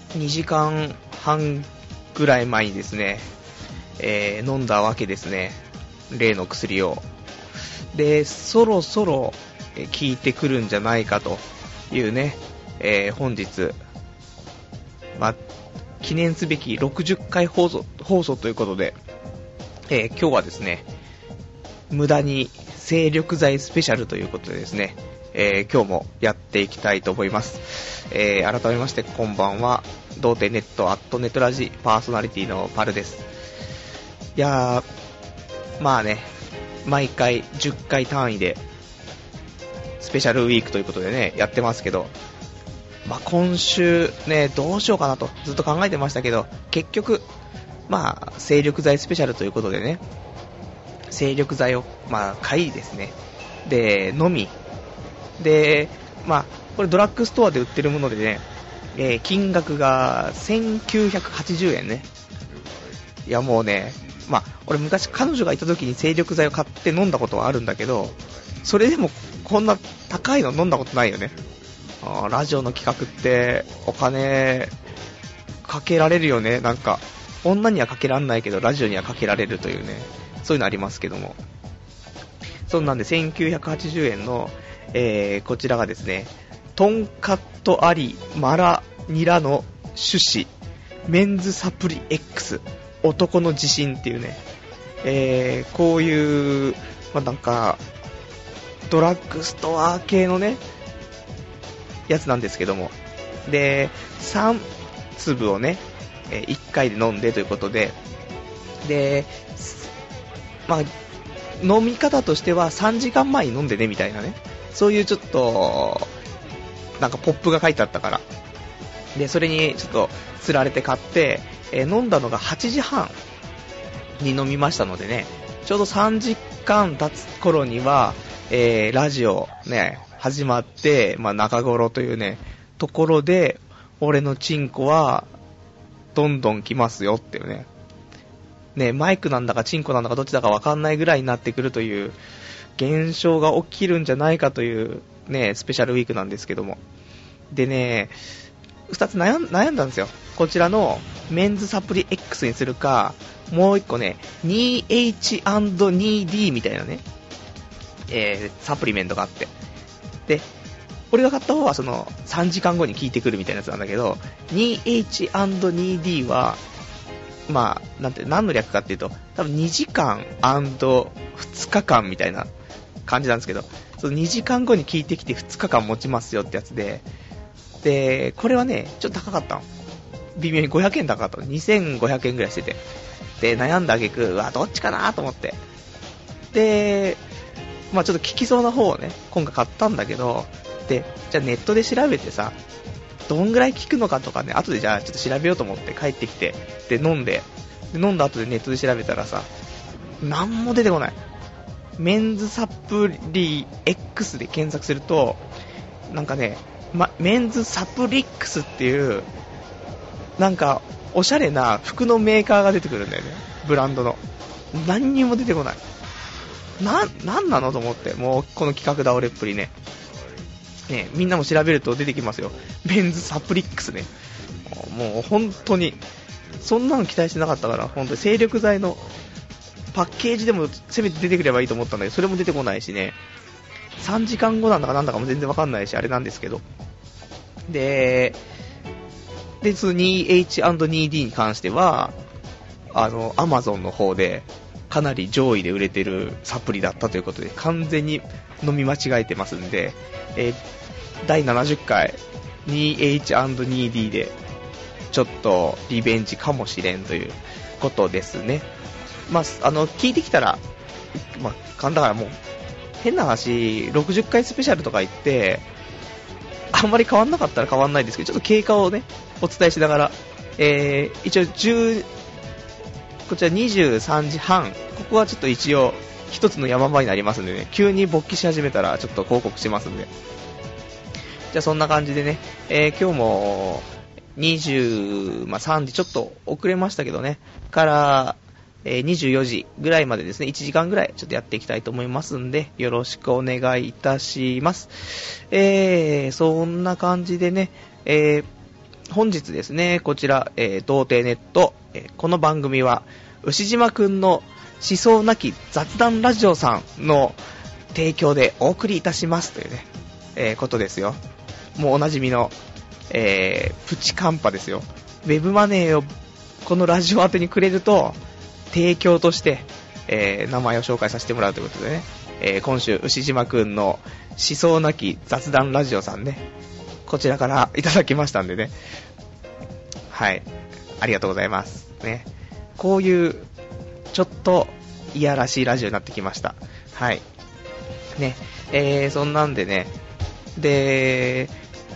2時間半ぐらい前にですね、飲んだわけですね、例の薬を。で、そろそろ効いてくるんじゃないかというね、本日、記念すべき60回放送ということで、今日はですね、無駄に精力剤スペシャルということでですね、今日もやっていきたいと思います。改めましてこんばんは、童貞ネットネットラジパーソナリティのパルです。いやー、まあね、毎回10回単位でスペシャルウィークということでね、やってますけど、今週ね、どうしようかなとずっと考えてましたけど、結局、精力剤スペシャルということでね、精力剤を、買いですね。で、飲み。で、これドラッグストアで売ってるものでね、金額が1980円ね。いやもうね、俺昔彼女がいた時に精力剤を買って飲んだことはあるんだけど、それでもこんな高いの飲んだことないよね。ラジオの企画ってお金かけられるよね。なんか女にはかけらんないけどラジオにはかけられるというね、そういうのありますけども、そんなんで1980円の、こちらがですね、トンカットありマラニラの種子メンズサプリ X 男の自信っていうね、こういう、なんかドラッグストア系のねやつなんですけども、で3粒をね、1回で飲んでということで、で飲み方としては3時間前に飲んでねみたいなね、そういうちょっとなんかポップが書いてあったから、でそれにちょっと釣られて買って、飲んだのが8時半に飲みましたのでね、ちょうど3時間経つ頃には、ラジオね始まって、中頃というねところで、俺のチンコはどんどん来ますよっていうね、マイクなんだかチンコなんだかどっちだか分かんないぐらいになってくるという現象が起きるんじゃないかというねスペシャルウィークなんですけども、でね、2つ悩んだんですよ。こちらのメンズサプリ X にするか、もう1個ね 2H&2D みたいなね、サプリメントがあって、で俺が買った方はその3時間後に効いてくるみたいなやつなんだけど、 2H&2D は何の略かっていうと、多分2時間 &2 日間みたいな感じなんですけど、その2時間後に効いてきて2日間持ちますよってやつで、でこれはねちょっと高かったの、微妙に500円高かったの、2500円ぐらいしてて、で悩んだ挙句、どっちかなと思って、でちょっと効きそうな方をね今回買ったんだけど、でじゃあネットで調べてさ、どんぐらい効くのかとかね、後でじゃあちょっと調べようと思って帰ってきて、で飲んだ後でネットで調べたらさ、なんも出てこない。メンズサプリ X で検索すると、なんかね、メンズサプリックスっていうなんかおしゃれな服のメーカーが出てくるんだよね、ブランドの。何にも出てこない。なんなのと思って、もうこの企画倒れっぷりね、みんなも調べると出てきますよ、メンズサプリックスね。もう本当にそんなの期待してなかったから、本当に精力剤のパッケージでもせめて出てくればいいと思ったんだけど、それも出てこないしね、3時間後なんだかなんだかも全然わかんないし、あれなんですけど、でその 2H&2D に関してはAmazon の方でかなり上位で売れてるサプリだったということで、完全に飲み間違えてますんで、第70回 2H&2D でちょっとリベンジかもしれんということですね。聞いてきたら、だからもう変な話、60回スペシャルとか言ってあんまり変わんなかったら変わんないですけど、ちょっと経過をねお伝えしながら、一応こちら23時半、ここはちょっと一応一つの山場になりますんでね、急に勃起し始めたらちょっと報告しますんで、じゃあそんな感じでね、今日も23時ちょっと遅れましたけどねから、24時ぐらいまでですね、1時間ぐらいちょっとやっていきたいと思いますんで、よろしくお願いいたします。そんな感じでね、 本日ですね、こちら、童貞ネット、この番組は、牛島くんの思想なき雑談ラジオさんの提供でお送りいたしますというね、ことですよ。もうおなじみの、プチカンパですよ。ウェブマネーをこのラジオ宛てにくれると、提供として、名前を紹介させてもらうということでね、今週、牛島くんの思想なき雑談ラジオさんね、こちらからいただきましたんでね、はい、ありがとうございますね。こういうちょっといやらしいラジオになってきました。はいね、そんなんでね、で、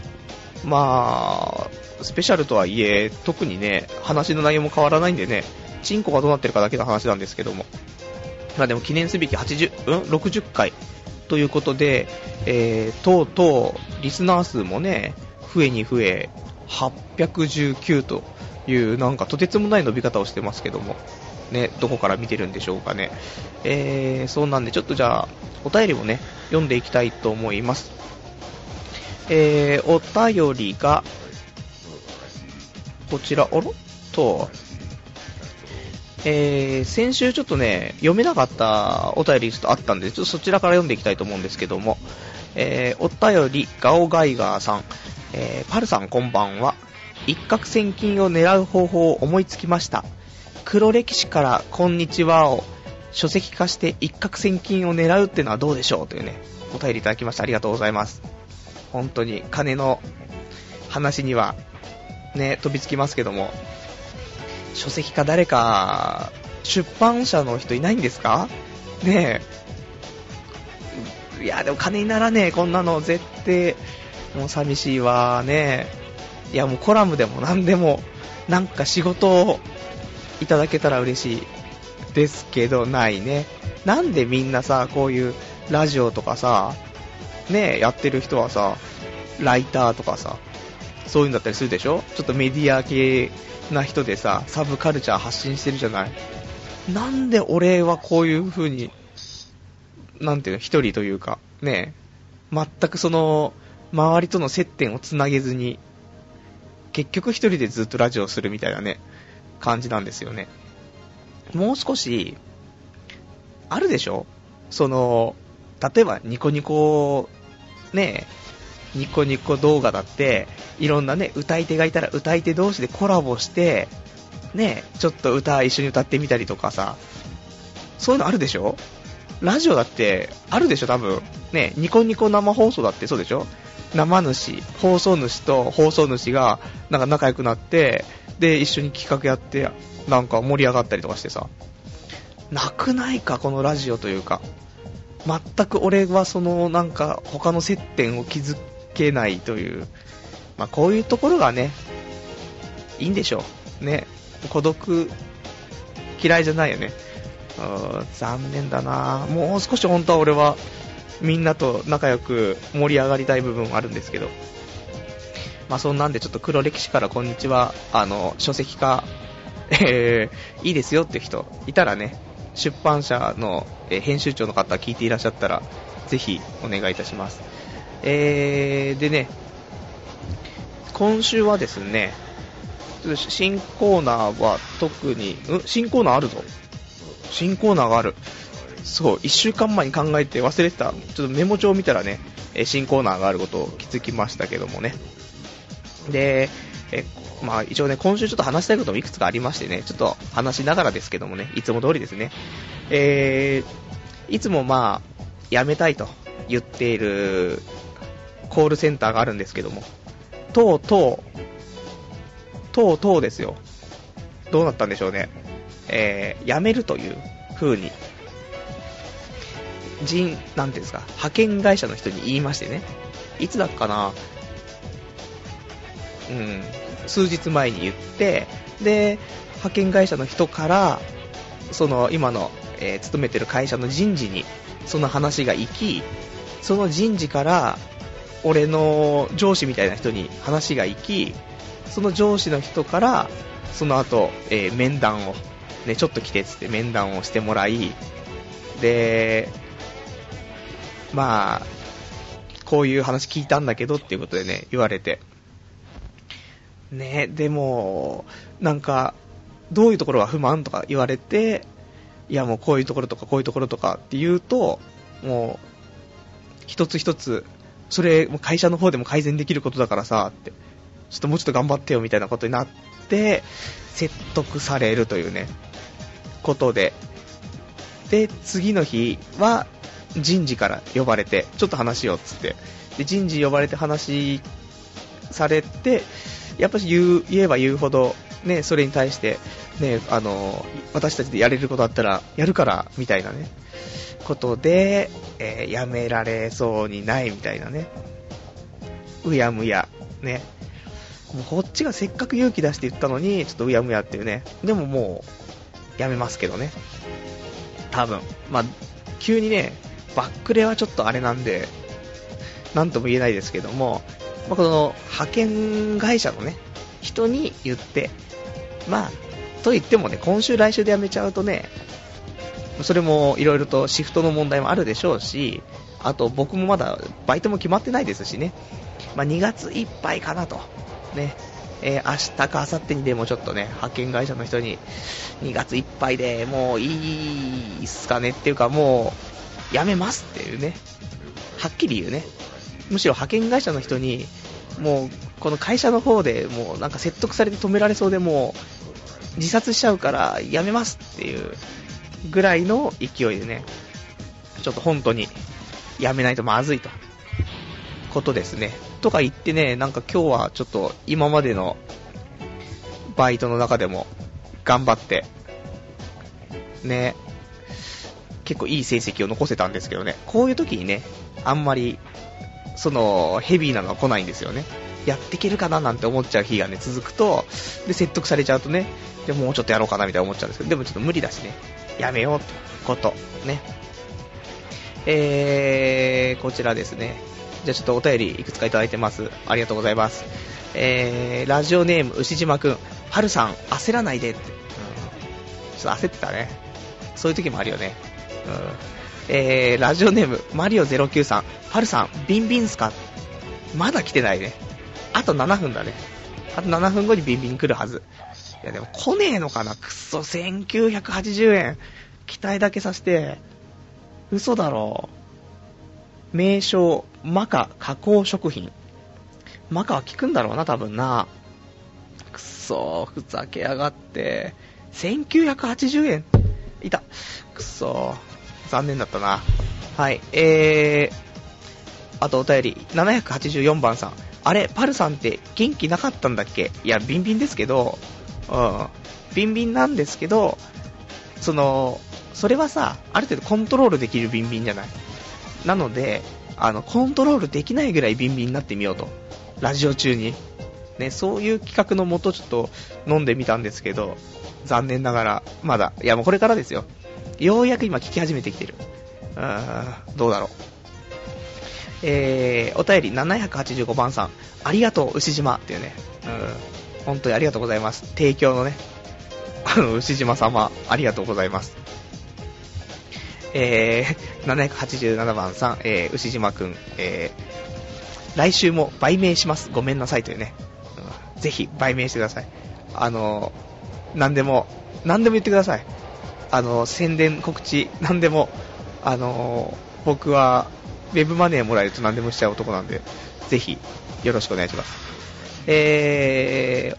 まあスペシャルとはいえ特にね話の内容も変わらないんでね、チンコがどうなってるかだけの話なんですけども、まあでも記念すべき60回ということで、とうとうリスナー数もね増えに増え819というなんかとてつもない伸び方をしてますけどもね、どこから見てるんでしょうかね。そうなんでちょっとじゃあお便りもね読んでいきたいと思います。お便りがこちら先週ちょっとね読めなかったお便りちょっとあったんで、ちょっとそちらから読んでいきたいと思うんですけども、お便りガオガイガーさん、パルさんこんばんは。一攫千金を狙う方法を思いつきました。黒歴史からこんにちはを書籍化して一攫千金を狙うってのはどうでしょうというねお便りいただきました。ありがとうございます。本当に金の話にはね飛びつきますけども、書籍化誰か出版社の人いないんですかねえ。いやでも金にならねえこんなの絶対、もう寂しいわね。いやもうコラムでも何でもなんか仕事をいただけたら嬉しいですけどないね。なんでみんなさこういうラジオとかさねやってる人はさライターとかさそういうんだったりするでしょ。ちょっとメディア系な人でさサブカルチャー発信してるじゃない。なんで俺はこういう風になんていうの一人というかね全くその周りとの接点をつなげずに結局一人でずっとラジオするみたいなね感じなんですよね。もう少しあるでしょ。その例えばニコニコねニコニコ動画だっていろんなね歌い手がいたら歌い手同士でコラボしてねちょっと歌一緒に歌ってみたりとかさ、そういうのあるでしょ。ラジオだってあるでしょ多分ね。ニコニコ生放送だってそうでしょ。生主放送主と放送主がなんか仲良くなってで一緒に企画やってなんか盛り上がったりとかしてさ、なくないかこのラジオというか。全く俺はそのなんか他の接点を築けないという、まあこういうところがねいいんでしょうね。孤独嫌いじゃないよね。残念だな。もう少し本当は俺はみんなと仲良く盛り上がりたい部分はあるんですけど、まあそんなんでちょっと黒歴史からこんにちは書籍化、いいですよっていう人いたらね、出版社の、編集長の方聞いていらっしゃったらぜひお願いいたします。でね今週はですね新コーナーは特に新コーナーあるぞ。新コーナーがある。そう1週間前に考えて忘れてた。ちょっとメモ帳を見たらね新コーナーがあることを気づきましたけどもね。でまあ一応ね今週ちょっと話したいこともいくつかありましてね、ちょっと話しながらですけどもね、いつも通りですね。いつもまあ辞めたいと言っているコールセンターがあるんですけども、とうとうですよ。どうなったんでしょうね。辞めるという風になんていうんですか、派遣会社の人に言いましてね。いつだっかな、数日前に言って、で派遣会社の人からその今の、勤めてる会社の人事にその話が行き、その人事から俺の上司みたいな人に話が行き、その上司の人からその後、面談をね、ちょっと来てっつって面談をしてもらい、でまあこういう話聞いたんだけどっていうことでね言われて、 ね、でも、なんか、どういうところが不満とか言われて、いやもうこういうところとかこういうところとかって言うと、もう、一つ一つ、それ、会社の方でも改善できることだからさ、って、ちょっともうちょっと頑張ってよみたいなことになって、説得されるというね、ことで、で、次の日は、人事から呼ばれて、ちょっと話をっつって、で、人事呼ばれて話されて、やっぱり言えば言うほど、ね、それに対して、ね、私たちでやれることあったらやるからみたいなねことで、やめられそうにないみたいなね、うやむやね、もうこっちがせっかく勇気出して言ったのにちょっとうやむやっていうね。でももうやめますけどね、多分。まあ急にねバックレはちょっとあれなんでなんとも言えないですけども、まあ、この派遣会社のね人に言って、まあと言ってもね、今週来週で辞めちゃうとね、それもいろいろとシフトの問題もあるでしょうし、あと僕もまだバイトも決まってないですしね、まあ、2月いっぱいかなとね、明日か明後日にでもちょっとね派遣会社の人に2月いっぱいでもういいっすかねっていうか、もう辞めますっていうね、はっきり言うね。むしろ派遣会社の人にもうこの会社の方でもうなんか説得されて止められそうで、もう自殺しちゃうからやめますっていうぐらいの勢いでね、ちょっと本当にやめないとまずいとことですね。とか言ってね、なんか今日はちょっと今までのバイトの中でも頑張ってね、結構いい成績を残せたんですけどね、こういう時にね、あんまりそのヘビーなのは来ないんですよね。やっていけるかななんて思っちゃう日がね続くと、で説得されちゃうとね、でもうちょっとやろうかなみたいな思っちゃうんですけど、でもちょっと無理だしね、やめようってことね。こちらですね。じゃあちょっとお便りいくつかいただいてます。ありがとうございます。ラジオネーム牛島くん、はるさん焦らないでって、ちょっと焦ってたね。そういう時もあるよね。ラジオネームマリオ09さん、はるさんビンビンすか、まだ来てないね。あと7分だね。あと7分後にビンビン来るはず。いやでも来ねえのかな、くっそ1980円期待だけさせて、嘘だろう。名称マカ加工食品、マカは効くんだろうな多分な。くっそふざけやがって1980円いた、くっそ残念だったな。はい、あとお便り784番さん、あれパルさんって元気なかったんだっけ。いやビンビンですけど、ビンビンなんですけど、それはさ、ある程度コントロールできるビンビンじゃない。なのでコントロールできないぐらいビンビンになってみようと、ラジオ中にね、そういう企画のもとちょっと飲んでみたんですけど、残念ながらまだ、いやもうこれからですよ、ようやく今聞き始めてきてる。どうだろう。お便り785番さん、ありがとう牛島っていうね、本当にありがとうございます。提供のね、牛島様ありがとうございます。787番さん、牛島くん、来週も売名します、ごめんなさいというね、ぜひ売名してください。何でも言ってください。宣伝告知何でも、僕はウェブマネーもらえると何でもしちゃう男なんで、ぜひよろしくお願いします。お便り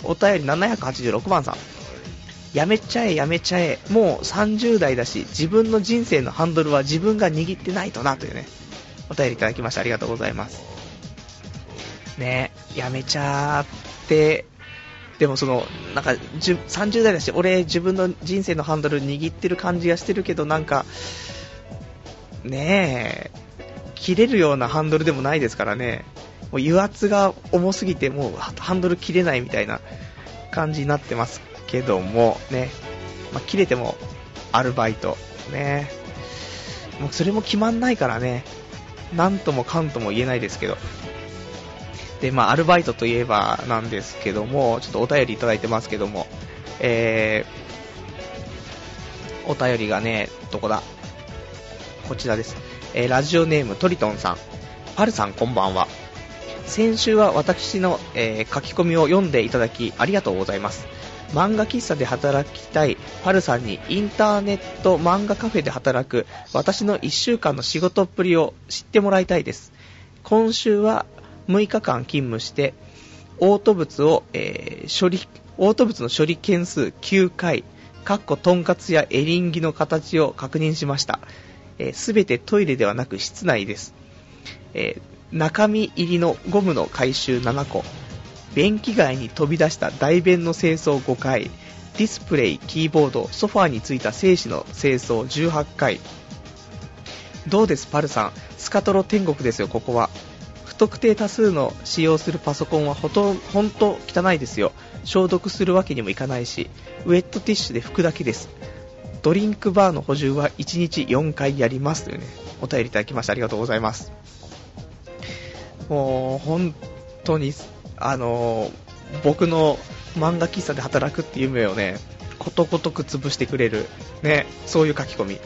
786番さん、やめちゃえもう30代だし自分の人生のハンドルは自分が握ってないとなというね、お便りいただきました。ありがとうございますね。やめちゃって、でもなんか30代だし俺自分の人生のハンドル握ってる感じがしてるけど、なんかねえ切れるようなハンドルでもないですからね。もう油圧が重すぎてもうハンドル切れないみたいな感じになってますけどもね、切れてもアルバイトね、もうそれも決まんないからね、なんともかんとも言えないですけど。でアルバイトといえばなんですけども、ちょっとお便りいただいてますけども、お便りがね、どこだ、こちらです。ラジオネームトリトンさん、パルさんこんばんは。 先週は私の、書き込みを読んでいただきありがとうございます。漫画喫茶で働きたいパルさんにインターネット漫画カフェで働く私の1週間の仕事っぷりを知ってもらいたいです。今週は6日間勤務して嘔吐物の処理件数9回とんかつやエリンギの形を確認しました。すべてトイレではなく室内です。中身入りのゴムの回収7個、便器外に飛び出した大便の清掃5回、ディスプレイ、キーボード、ソファーについた精子の清掃18回。どうですパルさん、スカトロ天国ですよ。ここは不特定多数の使用するパソコンはほんと汚いですよ。消毒するわけにもいかないし、ウェットティッシュで拭くだけです。ドリンクバーの補充は1日4回やりますというね、お便りいただきましてありがとうございます。もう本当に僕の漫画喫茶で働くっていう夢をね、ことごとく潰してくれるね、そういう書き込み。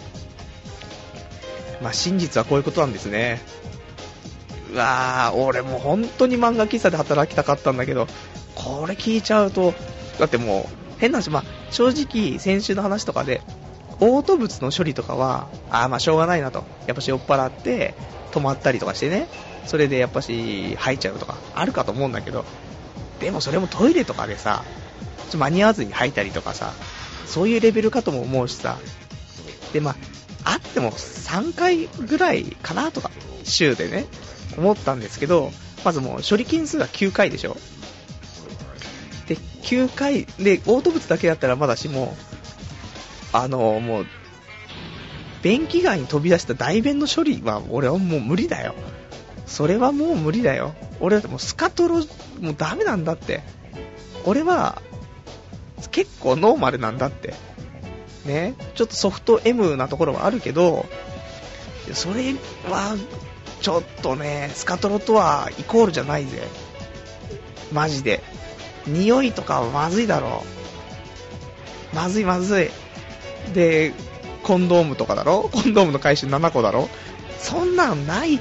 まあ真実はこういうことなんですね。うわー、俺もう本当に漫画喫茶で働きたかったんだけど、これ聞いちゃうと、だってもう変な話、まあ正直先週の話とかで嘔吐物の処理とかはまあしょうがないなと、やっぱし酔っ払って止まったりとかしてね、それでやっぱし吐いちゃうとかあるかと思うんだけど、でもそれもトイレとかでさ、間に合わずに吐いたりとかさ、そういうレベルかとも思うしさ、でまああっても3回ぐらいかなとか週でね思ったんですけど、まずもう処理件数が9回でしょ。で9回で嘔吐物だけだったらまだしも、もう便器外に飛び出した大便の処理は俺はもう無理だよ。それはもう無理だよ。俺はもうスカトロもうダメなんだって。俺は結構ノーマルなんだってね。ちょっとソフト M なところはあるけど、それはちょっとね、スカトロとはイコールじゃないぜ、マジで。匂いとかはまずいだろう。まずいまずい。でコンドームとかだろ、コンドームの回収7個だろ。そんなんないって。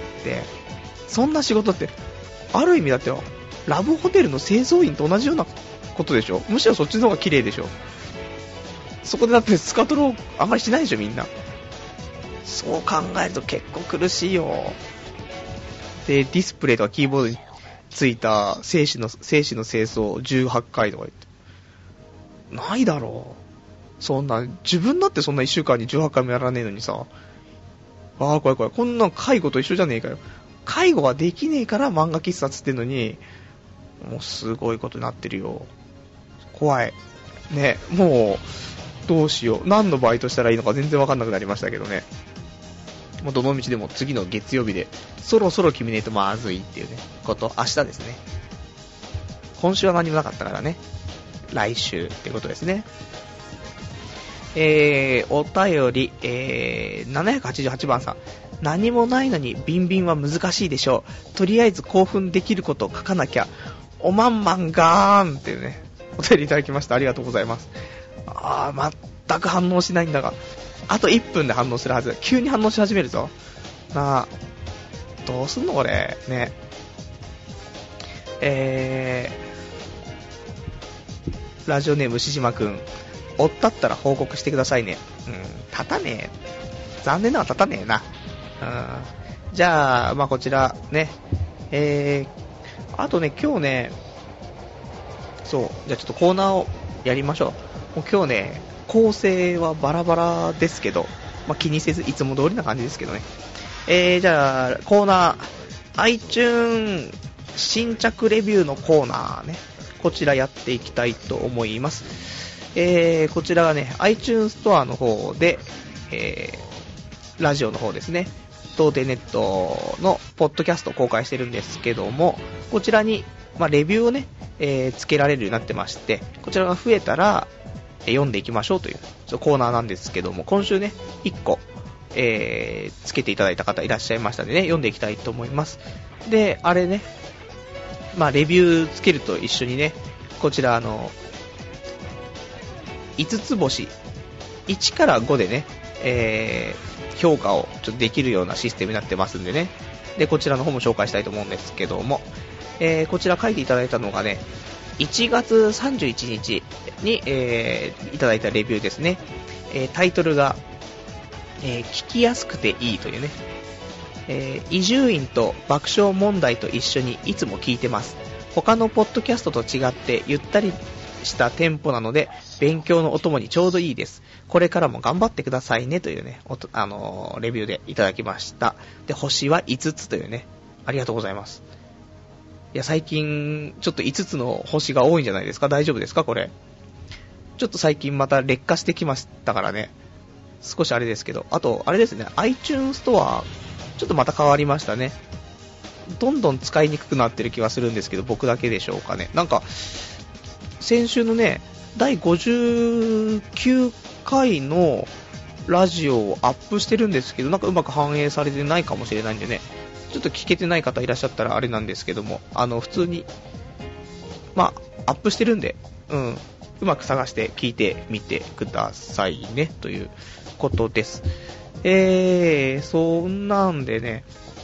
そんな仕事ってある意味だってよ、ラブホテルの清掃員と同じようなことでしょ。むしろそっちの方が綺麗でしょ。そこでだってスカトロあんまりしないでしょみんな。そう考えると結構苦しいよ。でディスプレイとかキーボードについた精子の清掃18回とか言ってないだろう。そんな自分だってそんな1週間に18回もやらねえのにさ、怖い怖い怖い。こんな介護と一緒じゃねえかよ。介護はできねえから漫画喫茶つってんのに、もうすごいことになってるよ。怖いね。もうどうしよう、何のバイトしたらいいのか全然わかんなくなりましたけどね。もうどの道でも次の月曜日でそろそろ決めねえとまずいっていうねこと。明日ですね。今週は何もなかったからね、来週ってことですね。お便り、788番さん、何もないのにビンビンは難しいでしょう。とりあえず興奮できることを書かなきゃ。おまんまんがーんっていうね、お便りいただきました。ありがとうございます。全く反応しないんだが、あと1分で反応するはず。急に反応し始めるぞなあ。どうすんのこれね。ラジオネームしじまくん、おったったら報告してくださいね。立たねえ、残念ながら立たねえな。じゃあまあこちらね、あとね今日ね、そうじゃあちょっとコーナーをやりましょう。もう今日ね構成はバラバラですけど、まあ、気にせずいつも通りな感じですけどね。じゃあコーナー iTunes 新着レビューのコーナーね、こちらやっていきたいと思います。こちらがね iTunes ストアの方で、ラジオの方ですね、東帝ネットのポッドキャストを公開してるんですけども、こちらに、まあ、レビューをね、つけられるようになってまして、こちらが増えたら、読んでいきましょうというコーナーなんですけども、今週ね1個、つけていただいた方いらっしゃいましたのでね、読んでいきたいと思います。であれね、まあレビューつけると一緒にね、こちら5つ星1から5でね、評価をちょっとできるようなシステムになってますんでね。 で、こちらの方も紹介したいと思うんですけども、こちら書いていただいたのがね、1月31日に、いただいたレビューですね。タイトルが、聞きやすくていいというね、伊集院と爆笑問題と一緒にいつも聞いてます。他のポッドキャストと違ってゆったりしたテンポなので勉強のお供にちょうどいいです。これからも頑張ってくださいねというね、レビューでいただきました。で、星は5つというね、ありがとうございます。いや、最近ちょっと5つの星が多いんじゃないですか？大丈夫ですかこれ？ちょっと最近また劣化してきましたからね、少しあれですけど、あとあれですね、 iTunes ストアちょっとまた変わりましたね。どんどん使いにくくなってる気はするんですけど、僕だけでしょうかね。なんか先週のね、第59回のラジオをアップしてるんですけど、なんかうまく反映されてないかもしれないんでね、ちょっと聞けてない方いらっしゃったらあれなんですけども、普通にまあアップしてるんで、うまく探して聞いてみてくださいねということです。そんなんでね、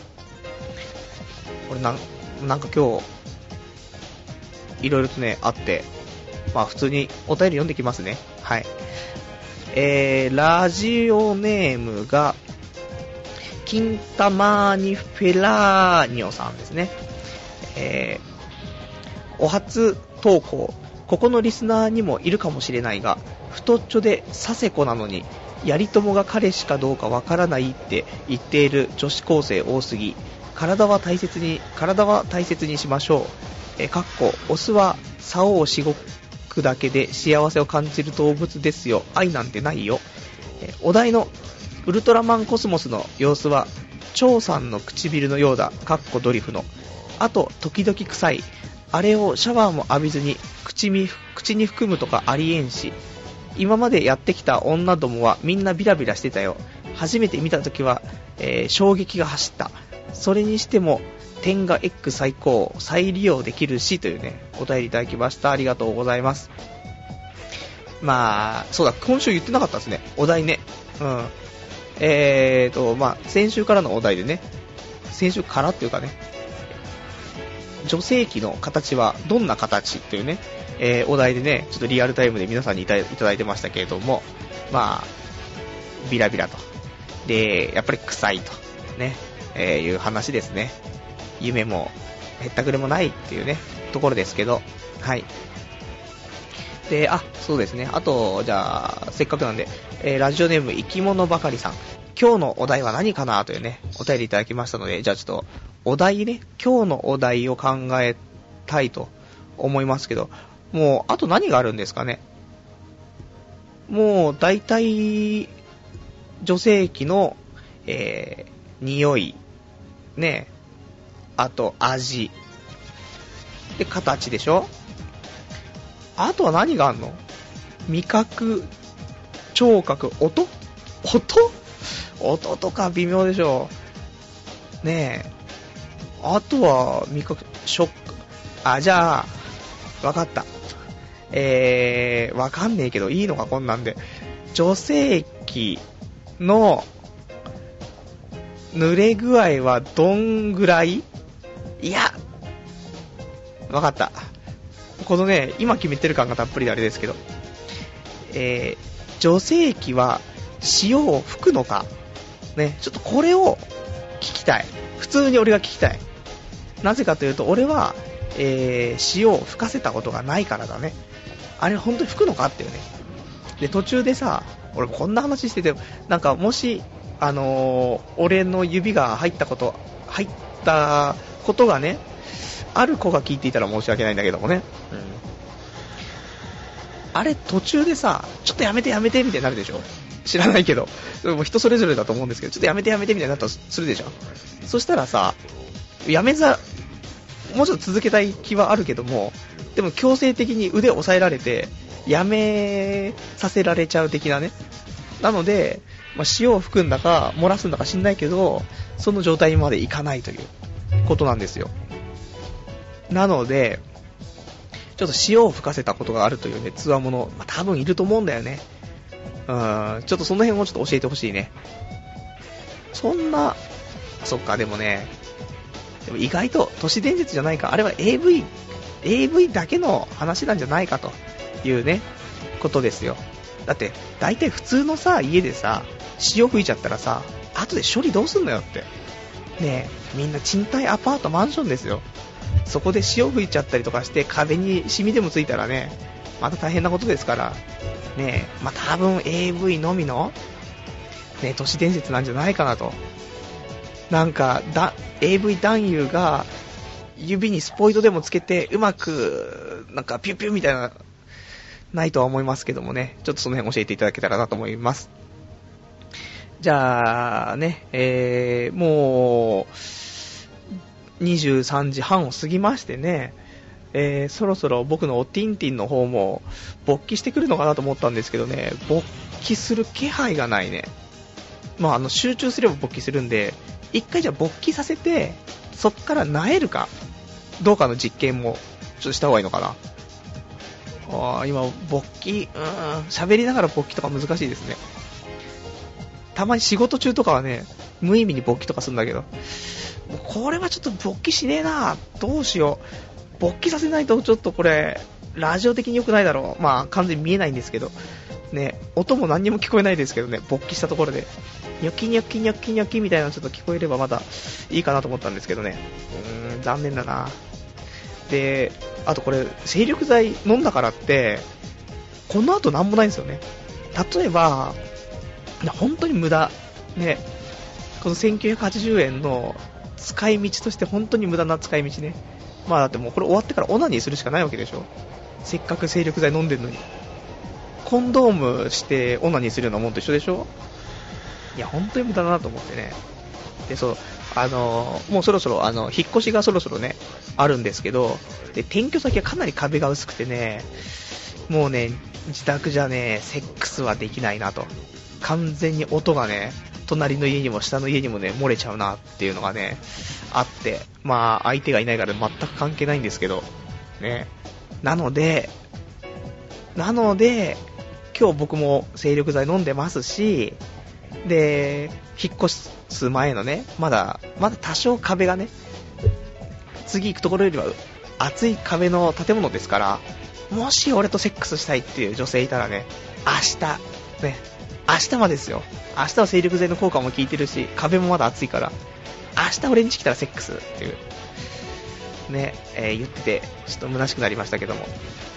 俺なんか今日いろいろとねあって、まあ普通にお便り読んできますね。はい。ラジオネームがキンタマーニフェラーニョさんですね。お初投稿、ここのリスナーにもいるかもしれないが、太っちょでサセコなのにやりともが彼氏かどうかわからないって言っている女子高生多すぎ。体は大切にしましょう。オスは竿をしごくだけで幸せを感じる動物ですよ。愛なんてないよ。お題のウルトラマンコスモスの様子は張さんの唇のようだ。ドリフの。あと時々臭い。あれをシャワーも浴びずに口に含むとかありえんし。今までやってきた女どもはみんなビラビラしてたよ。初めて見たときは、衝撃が走った。それにしても点が X 最高、再利用できるしというね、お便りいただきました。ありがとうございます。まあそうだ、今週言ってなかったですね、お題ね。まあ先週からのお題でね、先週からっていうかね、女性器の形はどんな形というね、お題でね、ちょっとリアルタイムで皆さんにいただいてましたけれども、まあビラビラと、でやっぱり臭いとね、いう話ですね。夢もへったくれもないっていうねところですけど、はい。で、そうですね。あとじゃあせっかくなんで、ラジオネーム生き物ばかりさん、今日のお題は何かなというねお便りいただきましたので、じゃあちょっとお題ね、今日のお題を考えたいと思いますけど、もうあと何があるんですかね。もう大体女性器の、匂いね、あと味で形でしょ。あとは何があんの？味覚、聴覚、音とか微妙でしょねえ。あとは味覚、食、じゃあわかった。わかんねえけどいいのかこんなんで。女性器の濡れ具合はどんぐらい？いや、わかった。このね、今決めてる感がたっぷりであれですけど、女性器は塩を吹くのかね、ちょっとこれを聞きたい。普通に俺が聞きたい。なぜかというと、俺は、塩を吹かせたことがないからだね。あれ本当に吹くのかっていうね。で、途中でさ、俺こんな話してて、なんかもし俺の指が入ったことがね、ある子が聞いていたら申し訳ないんだけどもね、あれ途中でさ、ちょっとやめてみたいになるでしょ。知らないけど、もう人それぞれだと思うんですけど、ちょっとやめてみたいになったとするでしょ。そしたらさ、もうちょっと続けたい気はあるけども、でも強制的に腕を押さえられてやめさせられちゃう的なね。なので、塩を吹くんだか漏らすんだか知んないけど、その状態にまでいかないということなんですよ。なのでちょっと塩を吹かせたことがあるというね、つわもの、多分いると思うんだよね。ちょっとその辺をちょっと教えてほしいね。そっか、でもね、 でも意外と都市伝説じゃないか、あれは AV だけの話なんじゃないかというね、ことですよ。だって大体普通のさ、家でさ、潮吹いちゃったらさ、後で処理どうすんのよって。ねえ、みんな賃貸アパートマンションですよ。そこで潮吹いちゃったりとかして壁にシミでもついたらね、また大変なことですからねえ、まあ多分 AV のみのね、都市伝説なんじゃないかなと。なんかAV 男優が指にスポイトでもつけてうまくなんかピューピューみたいなないとは思いますけどもね、ちょっとその辺教えていただけたらなと思います。じゃあね、もう23時半を過ぎましてね、そろそろ僕のおティンティンの方も勃起してくるのかなと思ったんですけどね、勃起する気配がないね。まあ集中すれば勃起するんで、一回じゃあ勃起させて、そっから萎えるかどうかの実験もちょっとした方がいいのかな。今勃起、喋りながら勃起とか難しいですね。たまに仕事中とかはね、無意味に勃起とかするんだけど、これはちょっと勃起しねえな、どうしよう。勃起させないとちょっとこれラジオ的に良くないだろう。まあ完全に見えないんですけどね、音も何にも聞こえないですけどね、勃起したところでニョキニョキニョキニョキみたいなのちょっと聞こえればまだいいかなと思ったんですけどね、残念だな。で、あとこれ精力剤飲んだからってこの後なんもないんですよね。例えば本当に無駄ね、この1980円の使い道として本当に無駄な使い道ね。まあだってもうこれ終わってからオナニーするしかないわけでしょ。せっかく精力剤飲んでるのにコンドームしてオナニーするようなもんと一緒でしょ。いや本当に無駄だなと思ってね。で、そうもうそろそろ引っ越しがそろそろねあるんですけど、で転居先はかなり壁が薄くてね、もうね自宅じゃねセックスはできないなと。完全に音がね隣の家にも下の家にもね漏れちゃうなっていうのがねあって、まあ相手がいないから全く関係ないんですけどね。なので今日僕も精力剤飲んでますし、で引っ越す前のねまだ多少壁がね次行くところよりは厚い壁の建物ですから、もし俺とセックスしたいっていう女性いたらね、明日までですよ。明日は精力剤の効果も効いてるし壁もまだ厚いから、明日俺ん家来たらセックスっていうね、言っててちょっと虚しくなりましたけども、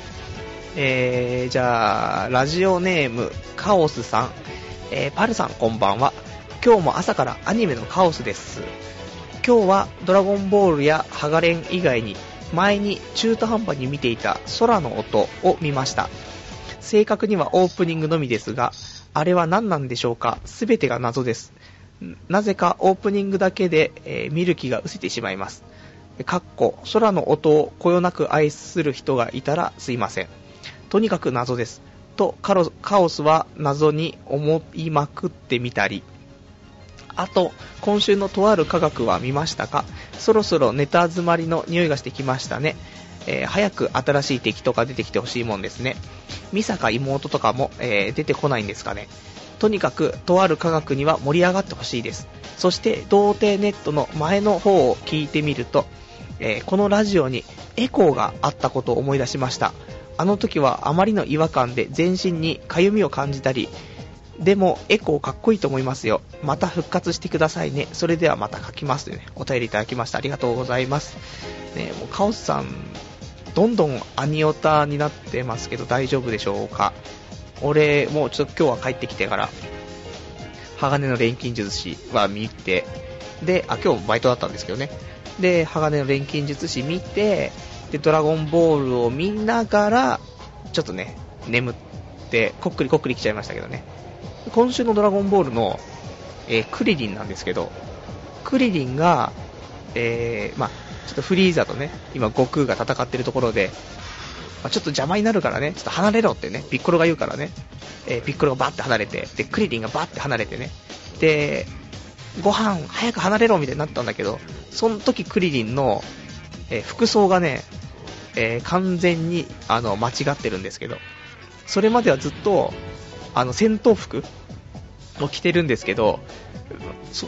じゃあラジオネームカオスさん、パルさんこんばんは。今日も朝からアニメのカオスです。今日はドラゴンボールやハガレン以外に前に中途半端に見ていた空の音を見ました。正確にはオープニングのみですが、あれは何なんでしょうか。すべてが謎です。なぜかオープニングだけで、見る気が失せてしまいます。空の音をこよなく愛する人がいたらすいません。とにかく謎ですとカオスは謎に思いまくってみたり、あと今週のとある科学は見ましたか。そろそろネタ詰まりの匂いがしてきましたね。早く新しい敵とか出てきてほしいもんですね。ミサか妹とかも、出てこないんですかね。とにかくとある科学には盛り上がってほしいです。そして童貞ネットの前の方を聞いてみると、このラジオにエコーがあったことを思い出しました。あの時はあまりの違和感で全身にかゆみを感じたり、でもエコーかっこいいと思いますよ。また復活してくださいね。それではまた書きますというね、お便りいただきました。ありがとうございます。ね、もうカオスさんどんどんアニオタになってますけど大丈夫でしょうか。俺もうちょっと今日は帰ってきてから鋼の錬金術師は見て、で今日バイトだったんですけどね、で鋼の錬金術師見て、でドラゴンボールを見ながらちょっとね眠ってこっくり来ちゃいましたけどね。今週のドラゴンボールの、クリリンなんですけど、クリリンが、ちょっとフリーザとね今悟空が戦ってるところで、ちょっと邪魔になるからねちょっと離れろってねピッコロが言うからね、ピッコロがバッて離れて、でクリリンがバッて離れてね、でご飯早く離れろみたいになったんだけど、その時クリリンの、服装がね、完全に間違ってるんですけど、それまではずっと戦闘服を着てるんですけど、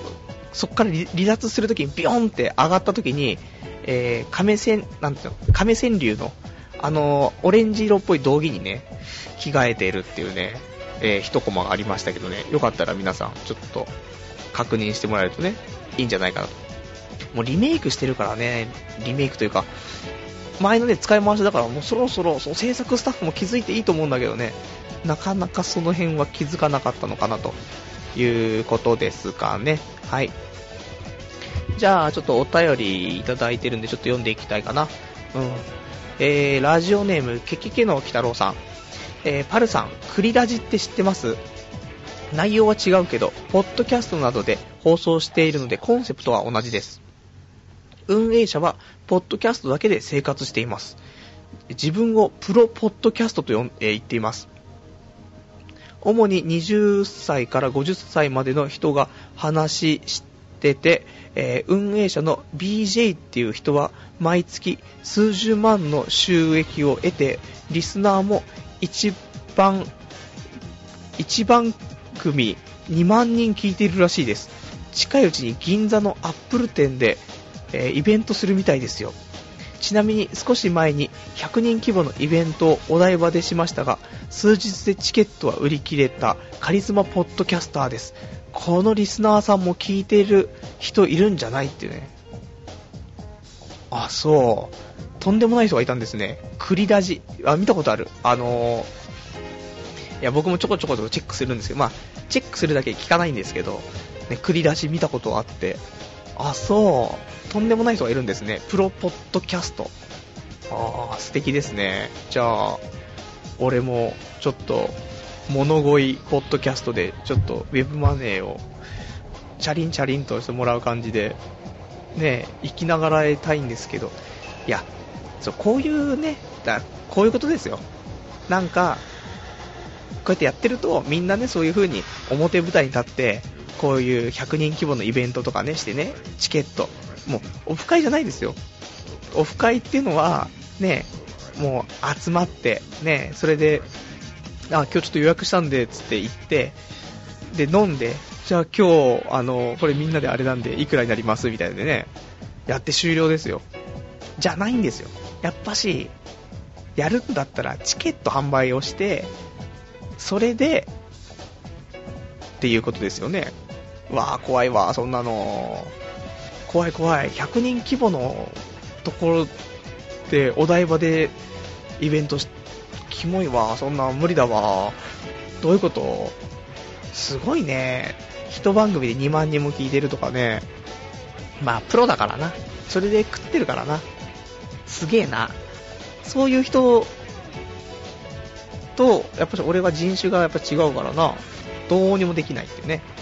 そこから離脱するときにビヨンって上がったときに、亀川流のオレンジ色っぽい道着にね着替えているっていうね、一コマがありましたけどね、よかったら皆さんちょっと確認してもらえるとねいいんじゃないかなと。もうリメイクしてるからね、リメイクというか前のね使い回しだから、もうそろそろその制作スタッフも気づいていいと思うんだけどね、なかなかその辺は気づかなかったのかなということですかね。はい、じゃあちょっとお便りいただいてるんでちょっと読んでいきたいかな。ラジオネームケケケの鬼太郎さん、パルさん、クリラジって知ってます？内容は違うけどポッドキャストなどで放送しているのでコンセプトは同じです。運営者はポッドキャストだけで生活しています。自分をプロポッドキャストと言っています。主に20歳から50歳までの人が話してて、運営者の BJ っていう人は毎月数十万の収益を得て、リスナーも一番組2万人聞いているらしいです。近いうちに銀座のアップル店で、イベントするみたいですよ。ちなみに少し前に100人規模のイベントをお台場でしましたが、数日でチケットは売り切れたカリスマポッドキャスターです。このリスナーさんも聞いている人いるんじゃないっていうね。あ、そう、とんでもない人がいたんですね。クリラジ、見たことある。いや僕もちょこちょことチェックするんですけど、チェックするだけ聞かないんですけど、ね、クリラジ見たことあって、あ、そう、とんでもない人がいるんですね。プロポッドキャスト。素敵ですね。じゃあ俺もちょっと物乞いポッドキャストでちょっとウェブマネーをチャリンチャリンとしてもらう感じでね、生きながらえたいんですけど、いや、そう、こういうね、こういうことですよ。なんかこうやってやってるとみんなね、そういう風に表舞台に立ってこういう100人規模のイベントとかねしてね、チケット、もうオフ会じゃないですよ。オフ会っていうのはね、もう集まってね、それで今日ちょっと予約したんでつって行って、で飲んで、じゃあ今日これみんなであれなんでいくらになりますみたいでね、やって終了ですよ。じゃないんですよ。やっぱしやるんだったらチケット販売をして、それでっていうことですよね。わあ、怖いわ、そんなの怖い怖い。100人規模のところでお台場でイベントキモいわ、そんな無理だわ。どういうこと？すごいね、一番組で2万人も聞いてるとかね。プロだからな、それで食ってるからな。すげえな。そういう人とやっぱり俺は人種がやっぱ違うからな、どうにもできないっていうね。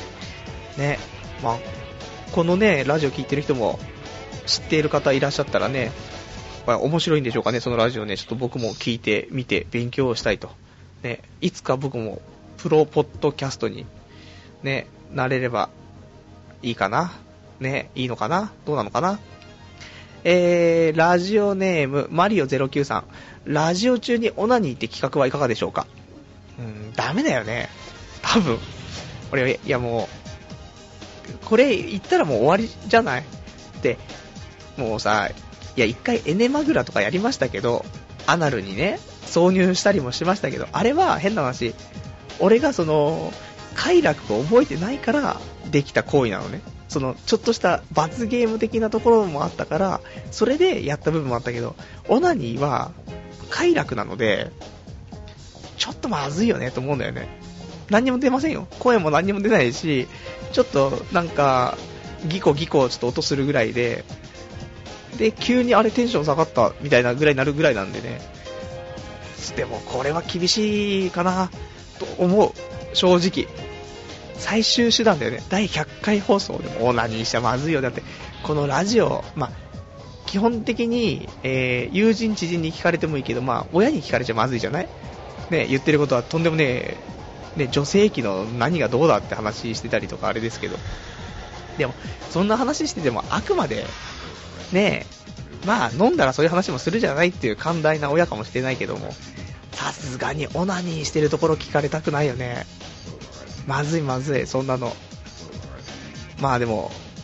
このねラジオ聞いてる人も知っている方いらっしゃったらね、面白いんでしょうかね、そのラジオね。ちょっと僕も聞いてみて勉強をしたいと、ね、いつか僕もプロポッドキャストに、ね、なれればいいかな、ね、いいのかな、どうなのかな。ラジオネームマリオ09さん、ラジオ中にオナニーって企画はいかがでしょうか。ダメだよね多分。俺、いやもうこれ言ったらもう終わりじゃないってもうさ、いや一回エネマグラとかやりましたけど、アナルにね挿入したりもしましたけど、あれは変な話、俺がその快楽を覚えてないからできた行為なのね。そのちょっとした罰ゲーム的なところもあったからそれでやった部分もあったけど、オナニーは快楽なのでちょっとまずいよねと思うんだよね。何にも出ませんよ、声も何にも出ないし、ちょっとなんかギコギコちょっと音するぐらいで急にあれテンション下がったみたいなぐらいになるぐらいなんでね。でもこれは厳しいかなと思う、正直。最終手段だよね。第100回放送でもオナニーしちゃまずいよ。だってこのラジオ、基本的に、友人知人に聞かれてもいいけど、親に聞かれちゃまずいじゃないね。言ってることはとんでもねえ、女性器の何がどうだって話してたりとかあれですけど、でもそんな話しててもあくまでねえ、飲んだらそういう話もするじゃないっていう寛大な親かもしれないけども、さすがにオナニーしてるところ聞かれたくないよね。まずいまずい、そんなの。でも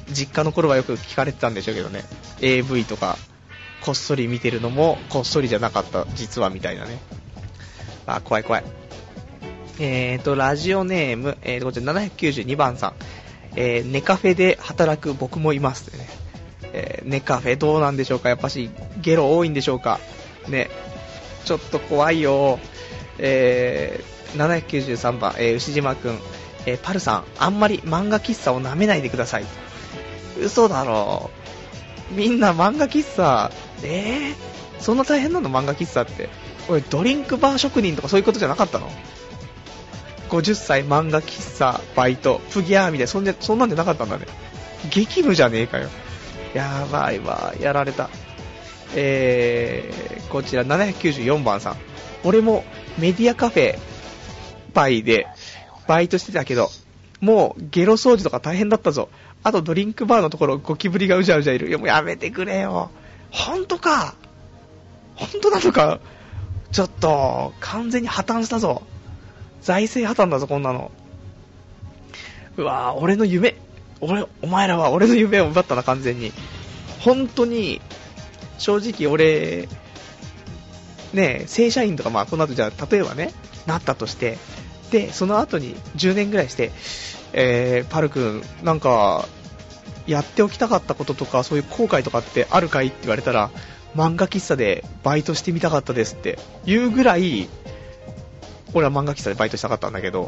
実家の頃はよく聞かれてたんでしょうけどね。AV とか、こっそり見てるのも、こっそりじゃなかった、実はみたいなね。あ、怖い怖い。ラジオネーム、こちら792番さん。ネカフェで働く僕もいますってね。ネカフェどうなんでしょうか。やっぱし、ゲロ多いんでしょうか。ね。ちょっと怖いよ。793番、牛島くん。パルさん、あんまり漫画喫茶を舐めないでください。嘘だろ。みんな漫画喫茶、そんな大変なの漫画喫茶って。俺、ドリンクバー職人とかそういうことじゃなかったの？50歳漫画喫茶バイトプギャーみたいな、そんなんでなかったんだね。激務じゃねえかよ。やばいわ、やられた。こちら794番さん。俺もメディアカフェバイでバイトしてたけど、もうゲロ掃除とか大変だったぞ。あとドリンクバーのところゴキブリがうじゃうじゃいる。いやもうやめてくれよ。ほんとか、ほんとなのか。ちょっと完全に破綻したぞ。財政破綻だぞこんなの。うわぁ、俺の夢、お前らは俺の夢を奪ったな完全に。本当に正直俺ね、正社員とかまあこの後じゃあ例えばねなったとして、でその後に10年ぐらいして、パル君なんかやっておきたかったこととかそういう後悔とかってあるかいって言われたら、漫画喫茶でバイトしてみたかったですっていうぐらい俺は漫画喫茶でバイトしたかったんだけど、も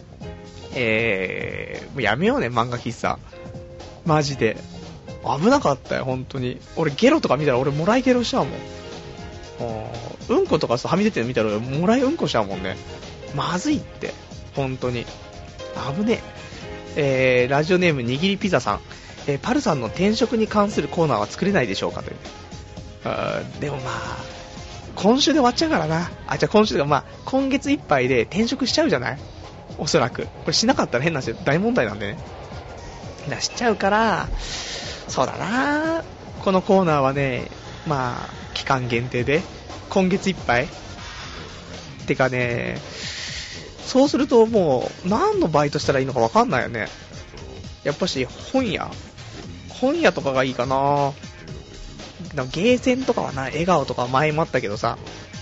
うやめようね漫画喫茶マジで危なかったよ本当に。俺ゲロとか見たら俺もらいゲロしちゃうもん。うんことかさはみ出てるの見たら俺もらいうんこしちゃうもんね。まずいって本当に危ねえ。ラジオネームにぎりピザさん。パルさんの転職に関するコーナーは作れないでしょうかという。でもまあ今週で終わっちゃうからな。じゃあ今週とかまあ今月いっぱいで転職しちゃうじゃない。おそらくこれしなかったら変な話で大問題なんでね。しちゃうからそうだな。このコーナーはね、まあ期間限定で今月いっぱいてかね、そうするともう何のバイトしたらいいのか分かんないよね。やっぱし本屋とかがいいかな。ゲーセンとかはな、笑顔とか前もあったけどさ、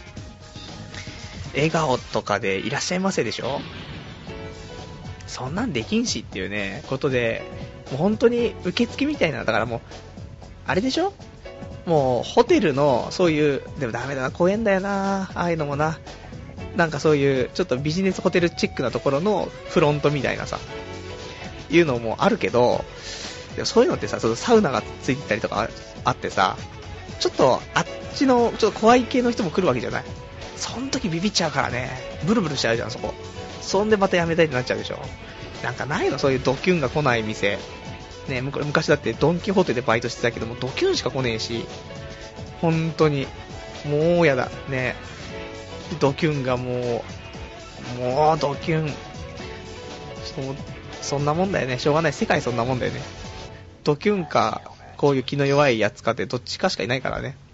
笑顔とかでいらっしゃいませでしょ。そんなんできんしっていうねことで、もう本当に受付みたいな。だからもうあれでしょ、もうホテルのそういう、でもダメだな、怖えんだよなああいうのもな。なんかそういうちょっとビジネスホテルチックなところのフロントみたいなさ、いうのもあるけど、でもそういうのってさ、ちょっとサウナがついてたりとかあってさ、ちょっとあっちのちょっと怖い系の人も来るわけじゃない。そん時ビビっちゃうからね、ブルブルしちゃうじゃんそこ。そんでまたやめたいってなっちゃうでしょ。なんかないのそういうドキュンが来ない店ね。昔だってドンキホーテでバイトしてたけどもドキュンしか来ねえし、本当にもうやだね。ドキュンがもうドキュン、そんなもんだよね。しょうがない、世界そんなもんだよね。ドキュンかこういう気の弱いやつかってどっちかしかいないからね。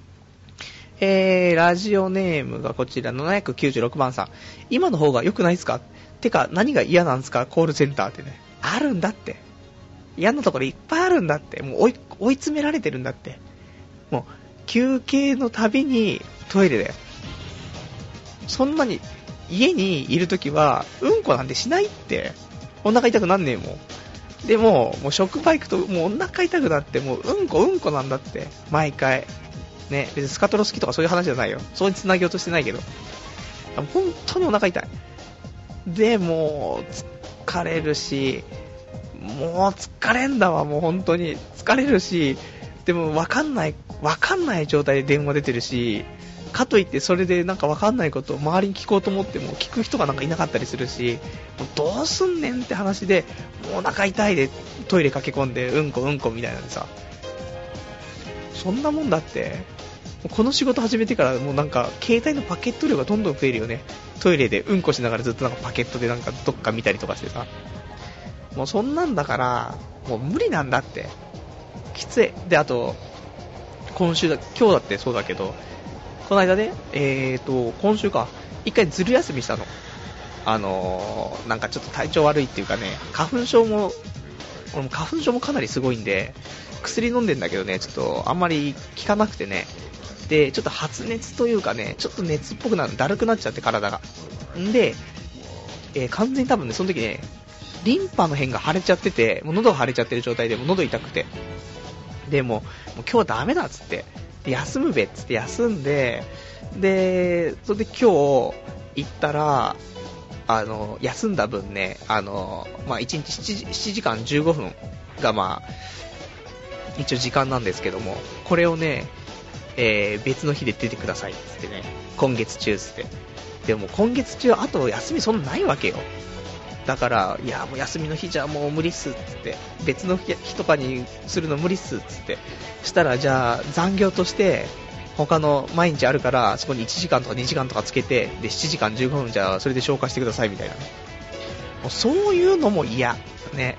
ラジオネームがこちら796番さん。今の方が良くないですか。てか何が嫌なんですかコールセンターってね。あるんだって、嫌なところいっぱいあるんだって。もう追い詰められてるんだって。もう休憩のたびにトイレだよ。そんなに家にいるときはうんこなんてしないって。お腹痛くなんねえもん。でもう職場行くともうお腹痛くなって、もううんこなんだって毎回ね。別にスカトロ好きとかそういう話じゃないよ。そうに繋げようとしてないけど、本当にお腹痛い。でもう疲れるし、もう疲れんだわ。もう本当に疲れるし、でも分かんない状態で電話出てるし、かといってそれでなんか分かんないことを周りに聞こうと思っても聞く人がなんかいなかったりするし、もうどうすんねんって話で、もうお腹痛いでトイレ駆け込んでうんこみたいなのさ、そんなもんだって。この仕事始めてからもうなんか携帯のパケット量がどんどん増えるよね。トイレでうんこしながらずっとなんかパケットでなんかどっか見たりとかしてさ、もうそんなんだからもう無理なんだって。きつい。であと今日だってそうだけど、この間ね、今週か一回ずる休みしたの。なんかちょっと体調悪いっていうかね、花粉症も俺も花粉症もかなりすごいんで、薬飲んでんだけどね、ちょっとあんまり効かなくてね。で、ちょっと発熱というかね、ちょっと熱っぽくなる、だるくなっちゃって体が。んで、完全に多分ね、その時ね、リンパの辺が腫れちゃってて、もう喉が腫れちゃってる状態で、もう喉痛くて。で、もう今日はダメだっつって、で休むべっつって休んで、で、それで今日行ったら、休んだ分ね、まあ、1日7時間15分がまあ、一応時間なんですけども、これをね、別の日で出てくださいっつってね、今月中っつって。でも今月中あと休みそんなないわけよ。だから、いやもう休みの日じゃもう無理っすっつって、別の日とかにするの無理っすっつって、したらじゃあ残業として他の毎日あるからそこに1時間とか2時間とかつけて、で7時間15分じゃあそれで消化してくださいみたいなね。もうそういうのも嫌ね。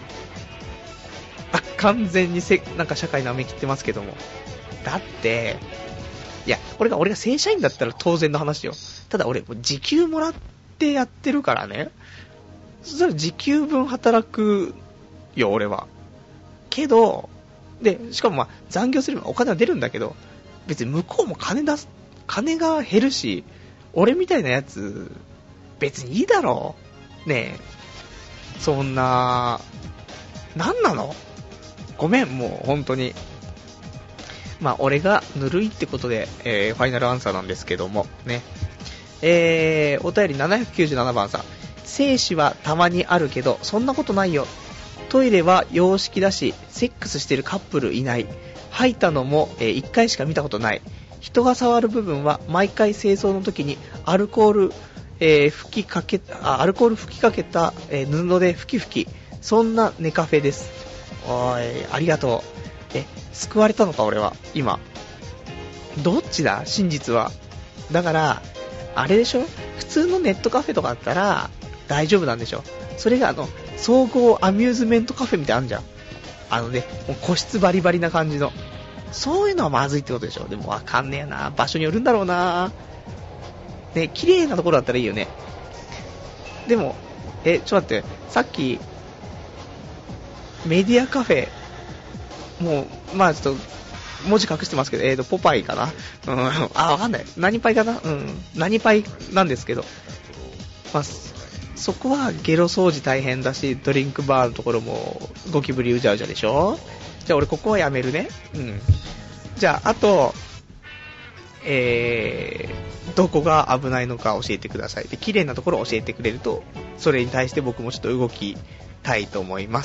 完全になんか社会なめきってますけども、だっていやこれが俺が正社員だったら当然の話よ。ただ俺もう時給もらってやってるからね。そしたら時給分働くよ俺は。けどでしかもまあ残業すればお金は出るんだけど、別に向こうも金が減るし、俺みたいなやつ別にいいだろうねえ。そんななんなの、ごめんもう本当に。まあ俺がぬるいってことで、ファイナルアンサーなんですけどもね。お便り797番さん、精子はたまにあるけどそんなことないよ。トイレは洋式だしセックスしてるカップルいない。吐いたのも、1回しか見たことない。人が触る部分は毎回清掃の時にアルコール、吹きかけた、布でふきふき。そんなネカフェです。おいありがとう。救われたのか俺は今。どっちだ真実は。だからあれでしょ、普通のネットカフェとかだったら大丈夫なんでしょ。それが総合アミューズメントカフェみたいなのあんじゃん。もう個室バリバリな感じの、そういうのはまずいってことでしょ。でもわかんねえな、場所によるんだろうな。ね、綺麗なところだったらいいよね。でもちょっと待って、さっきメディアカフェ、もうまあちょっと文字隠してますけど、ポパイかな、わかんない、何パイかな、何パイなんですけど、まあそこはゲロ掃除大変だし、ドリンクバーのところもゴキブリうじゃうじゃでしょ。じゃあ俺ここはやめるね。じゃああとどこが危ないのか教えてください。で綺麗なところを教えてくれると、それに対して僕もちょっと動きたいと思います。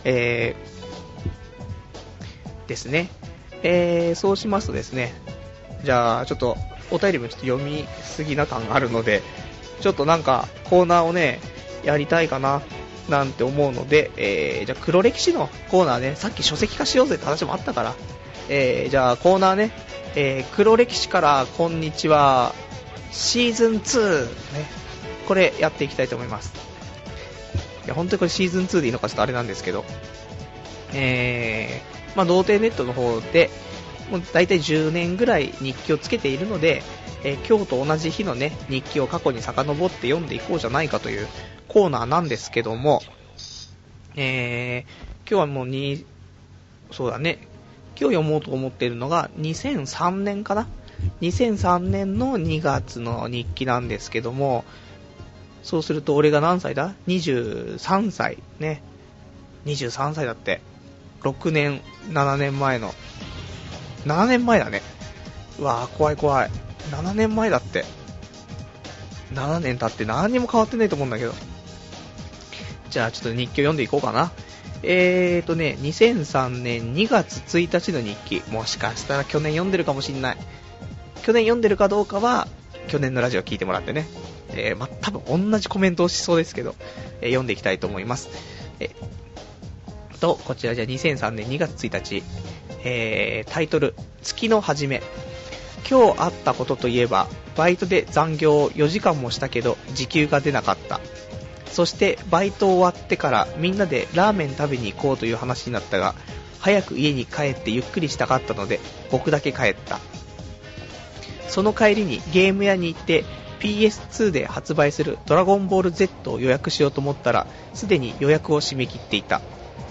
ですね。そうしますとですね、じゃあちょっとお便りもちょっと読みすぎな感があるので、ちょっとなんかコーナーをねやりたいかななんて思うので、じゃあ黒歴史のコーナーね、さっき書籍化しようぜって話もあったから、じゃあコーナーね、黒歴史からこんにちはシーズン2ね、これやっていきたいと思います。いや本当にこれシーズン2でいいのかちょっとあれなんですけど、まあ童貞ネットの方でもう大体10年ぐらい日記をつけているので、今日と同じ日のね日記を過去に遡って読んでいこうじゃないかというコーナーなんですけども、今日はもうそうだね、今日読もうと思っているのが2003年かな、2003年の2月の日記なんですけども、そうすると俺が何歳だ、23歳ね、23歳だって、6年7年前の7年前だね。うわー怖い怖い、7年前だって。7年経って何にも変わってないと思うんだけど、じゃあちょっと日記を読んでいこうかな。2003年2月1日の日記、もしかしたら去年読んでるかもしんない。去年読んでるかどうかは去年のラジオ聞いてもらってね、まあ、多分同じコメントをしそうですけど、読んでいきたいと思います。こちらじゃあ2003年2月1日、タイトル月の初め。今日あったことといえば、バイトで残業4時間もしたけど時給が出なかった。そしてバイト終わってからみんなでラーメン食べに行こうという話になったが、早く家に帰ってゆっくりしたかったので僕だけ帰った。その帰りにゲーム屋に行って PS2 で発売するドラゴンボール Z を予約しようと思ったら、すでに予約を締め切っていた。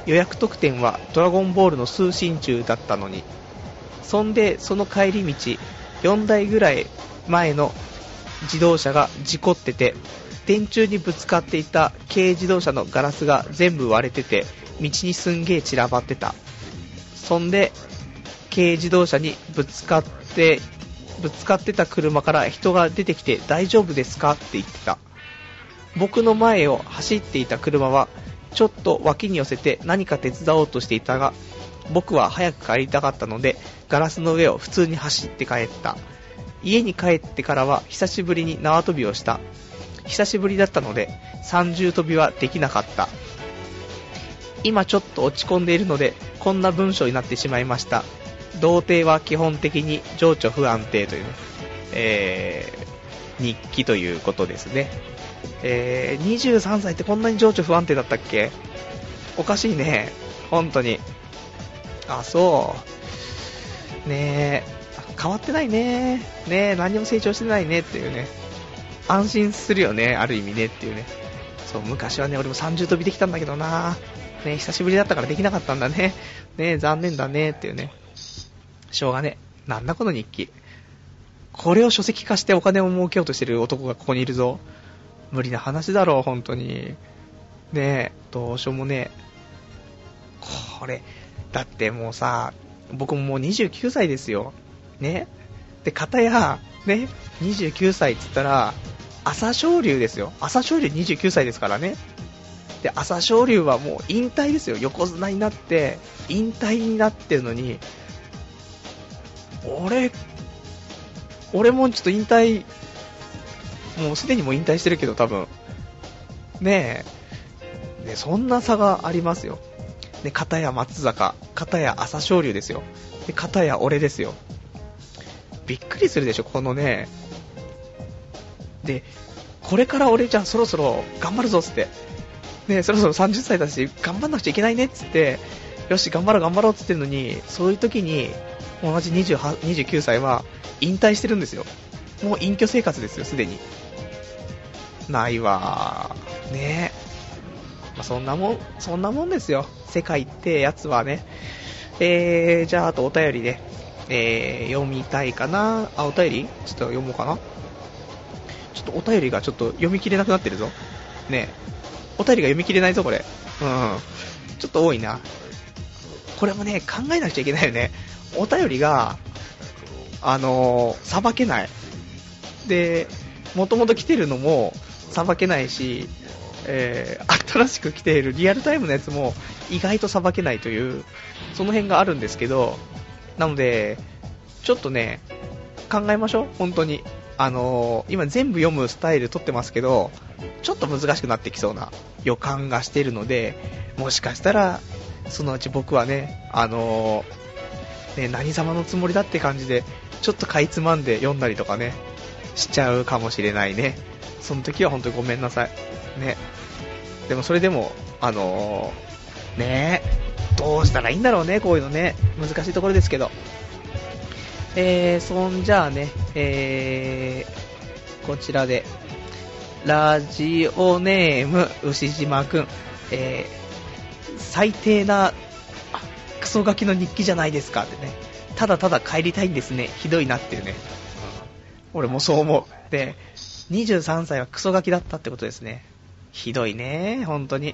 予約特典はドラゴンボールの通信中だったのに。そんでその帰り道4台ぐらい前の自動車が事故ってて、電柱にぶつかっていた軽自動車のガラスが全部割れてて、道にすんげー散らばってた。そんで軽自動車にぶつかってた車から人が出てきて、大丈夫ですかって言ってた。僕の前を走っていた車はちょっと脇に寄せて何か手伝おうとしていたが、僕は早く帰りたかったのでガラスの上を普通に走って帰った。家に帰ってからは久しぶりに縄跳びをした。久しぶりだったので三重跳びはできなかった。今ちょっと落ち込んでいるのでこんな文章になってしまいました。童貞は基本的に情緒不安定というね、日記ということですね。23歳ってこんなに情緒不安定だったっけ？おかしいね、本当に。あ、そうねえ、変わってないね。ねえ、何も成長してないねっていうね。安心するよね、ある意味ねっていうね。そう、昔はね、俺も30跳びできたんだけどな。ね、久しぶりだったからできなかったんだね。ね、残念だねっていうね。しょうがね。なんだこの日記。これを書籍化してお金を儲けようとしてる男がここにいるぞ。無理な話だろう、本当に。ねえ、どうしようもねえ。これ、だってもうさ、僕ももう29歳ですよ。ね。で、片や、ね、29歳って言ったら、朝青龍ですよ。朝青龍29歳ですからね。で、朝青龍はもう引退ですよ。横綱になって、引退になってるのに、俺もちょっと引退、もうすでにもう引退してるけど多分。ねえ。ね、そんな差がありますよ。で、片や松坂、片や朝青龍ですよ。で、片や俺ですよ。びっくりするでしょ、このね。で、これから俺じゃあそろそろ頑張るぞっつって。ね、そろそろ30歳だし頑張んなくちゃいけないねっつって、よし頑張ろうっつってるのに、そういう時に同じ29歳は引退してるんですよ。もう隠居生活ですよ、すでに。ないわーねえ、まあ、そんなもんですよ、世界ってやつはね。じゃああとお便りで、読みたいかな。お便りちょっと読もうかな。ちょっとお便りがちょっと読み切れなくなってるぞね。お便りが読み切れないぞこれ。ちょっと多いな。これもね、考えなくちゃいけないよね。お便りがさばけないで、もともと来てるのもさばけないし、新しく来ているリアルタイムのやつも意外とさばけないという、その辺があるんですけど、なのでちょっとね、考えましょう本当に。今全部読むスタイル取ってますけど、ちょっと難しくなってきそうな予感がしているので、もしかしたらそのうち僕はね、ね、何様のつもりだって感じでちょっとかいつまんで読んだりとかねしちゃうかもしれないね。その時は本当にごめんなさいね。でもそれでもね、どうしたらいいんだろうね、こういうのね、難しいところですけど、そんじゃあね、こちらでラジオネーム牛島くん、最低なクソガキの日記じゃないですかってね。ただただ帰りたいんですね、ひどいなっていうね、俺もそう思う。で、23歳はクソガキだったってことですね。ひどいね、本当に。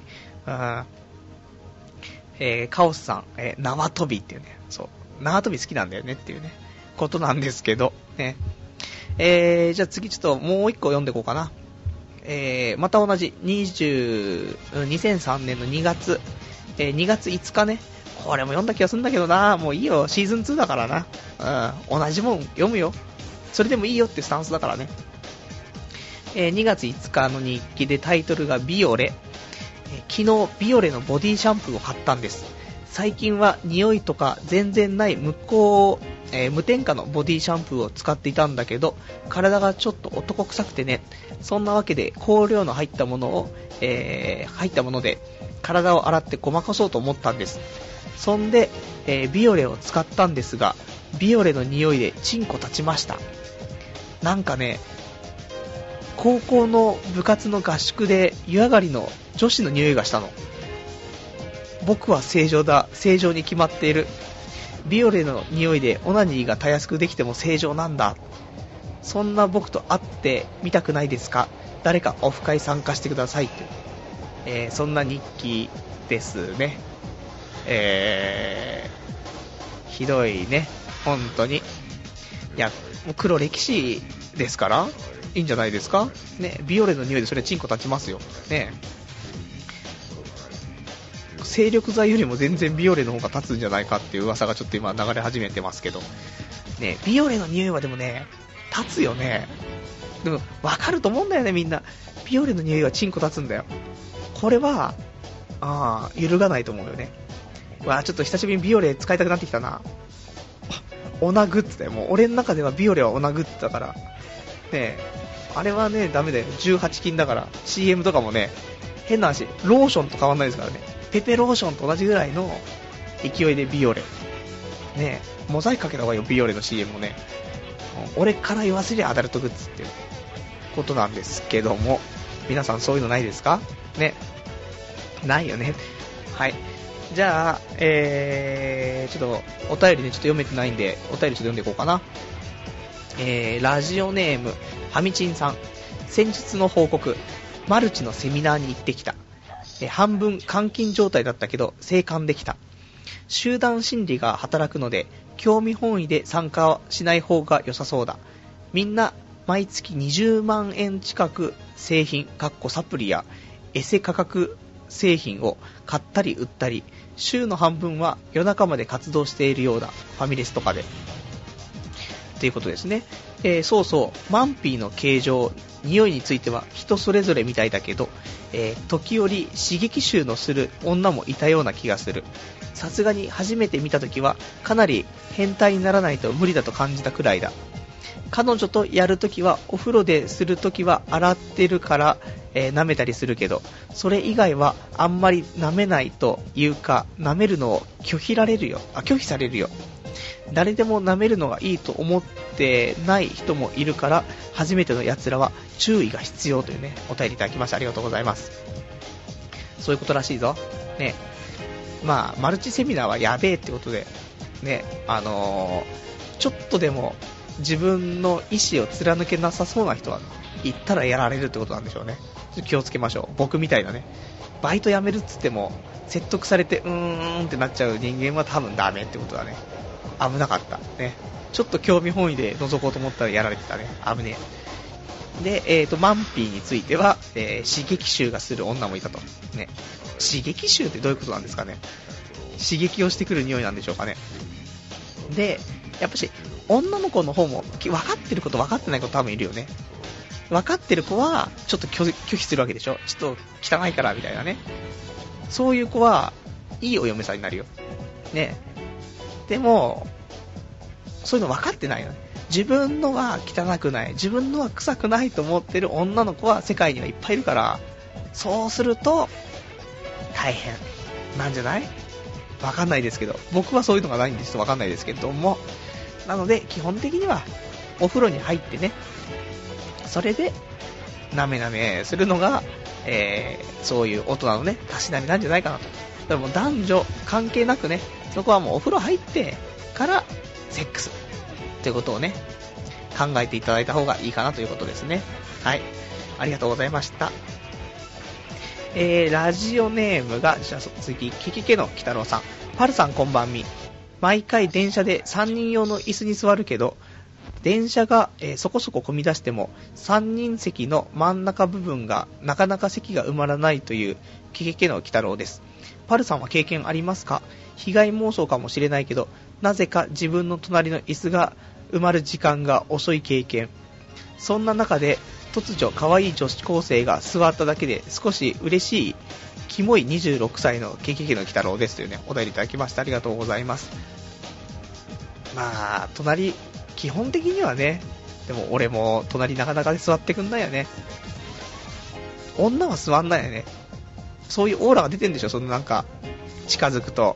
カオスさん、縄跳びっていうね、そう、縄跳び好きなんだよねっていうねことなんですけどね。じゃあ次ちょっともう一個読んでいこうかな。また同じ2003年の2月、2月5日ね。これも読んだ気がするんだけどな。もういいよ、シーズン2だからな。同じもん読むよ、それでもいいよってスタンスだからね。2月5日の日記でタイトルがビオレ。昨日ビオレのボディシャンプーを買ったんです。最近は匂いとか全然ない無添加のボディシャンプーを使っていたんだけど、体がちょっと男臭くてね。そんなわけで香料の入ったもので体を洗ってごまかそうと思ったんです。そんで、ビオレを使ったんですが、ビオレの匂いでチンコ立ちました。なんかね、高校の部活の合宿で湯上がりの女子の匂いがしたの。 僕は正常だ、正常に決まっている、ビオレの匂いでオナニーがたやすくできても正常なんだ、そんな僕と会ってみたくないですか、誰かオフ会参加してくださいという、そんな日記ですね。ひどいね、本当に。いや、もう黒歴史ですからいいんじゃないですかね。ビオレの匂いでそれチンコ立ちますよね。精力剤よりも全然ビオレの方が立つんじゃないかっていう噂がちょっと今流れ始めてますけどね。ビオレの匂いはでもね、立つよね。でも分かると思うんだよね、みんな。ビオレの匂いはチンコ立つんだよ。これは揺るがないと思うよね。わあ、ちょっと久しぶりにビオレ使いたくなってきたな。オナグッズだよ。もう俺の中ではビオレはオナグッズだからね。えあれはねダメだよ。18禁だから。 CM とかもね、変な話、ローションと変わんないですからね。ペペローションと同じぐらいの勢いでビオレね。モザイクかけた方がいいよ、ビオレの CM もね。俺から言わせりゃアダルトグッズっていうことなんですけども、皆さんそういうのないですかね。ないよね。はい。じゃあ、ちょっとお便りね、ちょっと読めてないんで、お便りちょっと読んでいこうかな。ラジオネームファミチンさん。先日の報告、マルチのセミナーに行ってきた。半分監禁状態だったけど生還できた。集団心理が働くので興味本位で参加しない方が良さそうだ。みんな毎月20万円近く製品サプリやエセ価格製品を買ったり売ったり、週の半分は夜中まで活動しているようだ。ファミレスとかでということですね。そうそう、マンピーの形状、匂いについては人それぞれみたいだけど、時折刺激臭のする女もいたような気がする。さすがに初めて見たときはかなり変態にならないと無理だと感じたくらいだ。彼女とやるときはお風呂でするときは洗ってるから、舐めたりするけど、それ以外はあんまり舐めないというか、舐めるのを拒否されるよ。誰でも舐めるのがいいと思ってない人もいるから、初めてのやつらは注意が必要というね、お便りいただきまして、ありがとうございます。そういうことらしいぞね。まあマルチセミナーはやべえってことでね、ちょっとでも自分の意思を貫けなさそうな人は行ったらやられるってことなんでしょうね。気をつけましょう。僕みたいなね、バイト辞めるっつっても説得されてってなっちゃう人間は多分ダメってことだね。危なかったね。ちょっと興味本位で覗こうと思ったらやられてたね。危ねえ。で、マンピーについては、刺激臭がする女もいたとね。刺激臭ってどういうことなんですかね。刺激をしてくる匂いなんでしょうかね。で、やっぱし女の子の方も分かってること分かってない子多分いるよね。分かってる子はちょっと拒否するわけでしょ。ちょっと汚いからみたいなね。そういう子はいいお嫁さんになるよね。でもそういうの分かってないよね。自分のは汚くない、自分のは臭くないと思ってる女の子は世界にはいっぱいいるから、そうすると大変なんじゃない？分かんないですけど、僕はそういうのがないんですと分かんないですけども、なので基本的にはお風呂に入ってね、それでなめなめするのが、そういう大人のね、たしなみなんじゃないかなと。でも男女関係なくね、そこはもうお風呂入ってからセックスということをね、考えていただいた方がいいかなということですね。はい、ありがとうございました。ラジオネームが、じゃあ次、キキケの北太郎さん。パルさんこんばんみ。毎回電車で3人用の椅子に座るけど、電車が、そこそこ混み出しても3人席の真ん中部分がなかなか席が埋まらないというキキケの北太郎です。パルさんは経験ありますか？被害妄想かもしれないけど、なぜか自分の隣の椅子が埋まる時間が遅い経験。そんな中で突如可愛い女子高生が座っただけで少し嬉しいキモい26歳のケケケの鬼太郎ですというね、お便りいただきましてありがとうございます。まあ隣基本的にはね、でも俺も隣なかなかで座ってくんないよね。女は座んないよね。そういうオーラが出てんでしょ。そのなんか近づくと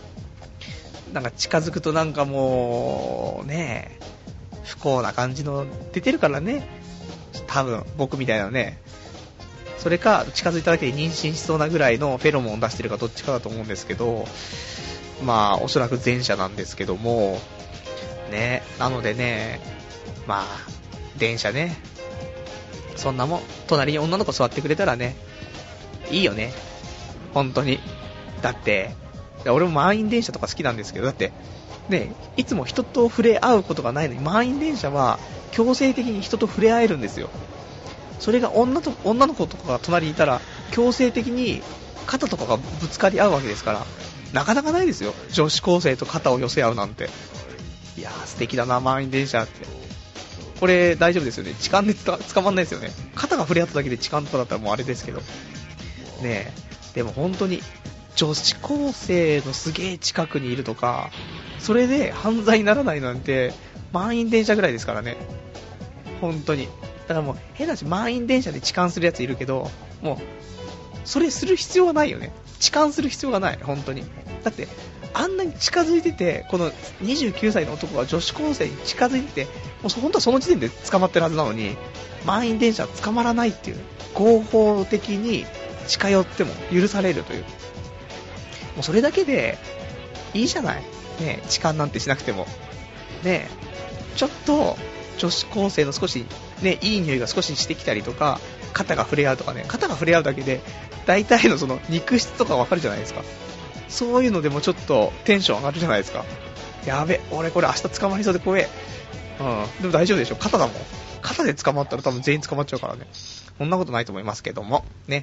なんかもうね、不幸な感じの出てるからね。多分僕みたいなね、 それか近づいただけで妊娠しそうなぐらいのフェロモンを出してるかどっちかだと思うんですけど、まあおそらく前者なんですけどもね。なのでね、まあ電車ね、そんなもん隣に女の子座ってくれたらね、いいよね本当に。だって俺も満員電車とか好きなんですけど、だってね、いつも人と触れ合うことがないのに満員電車は強制的に人と触れ合えるんですよ。それが女の子とかが隣にいたら強制的に肩とかがぶつかり合うわけですから、なかなかないですよ、女子高生と肩を寄せ合うなんて。いやー素敵だな満員電車って。これ大丈夫ですよね、痴漢で捕まんないですよね。肩が触れ合っただけで痴漢とかだったらもうあれですけどね。でも本当に女子高生のすげー近くにいるとか、それで犯罪にならないなんて満員電車ぐらいですからね本当に。だからもう変な話、満員電車で痴漢するやついるけど、もうそれする必要はないよね。痴漢する必要がない本当に。だってあんなに近づいてて、この29歳の男が女子高生に近づいてて、もう本当はその時点で捕まってるはずなのに、満員電車は捕まらないっていう、合法的に近寄っても許されるという、もうそれだけでいいじゃないね。痴漢なんてしなくてもね。ちょっと女子高生の少しね、いい匂いが少ししてきたりとか、肩が触れ合うとかね、肩が触れ合うだけで大体のその肉質とかわかるじゃないですか。そういうのでもちょっとテンション上がるじゃないですか。やべ、俺これ明日捕まりそうで怖え。でも大丈夫でしょ、肩だもん。肩で捕まったら多分全員捕まっちゃうからね。そんなことないと思いますけどもね。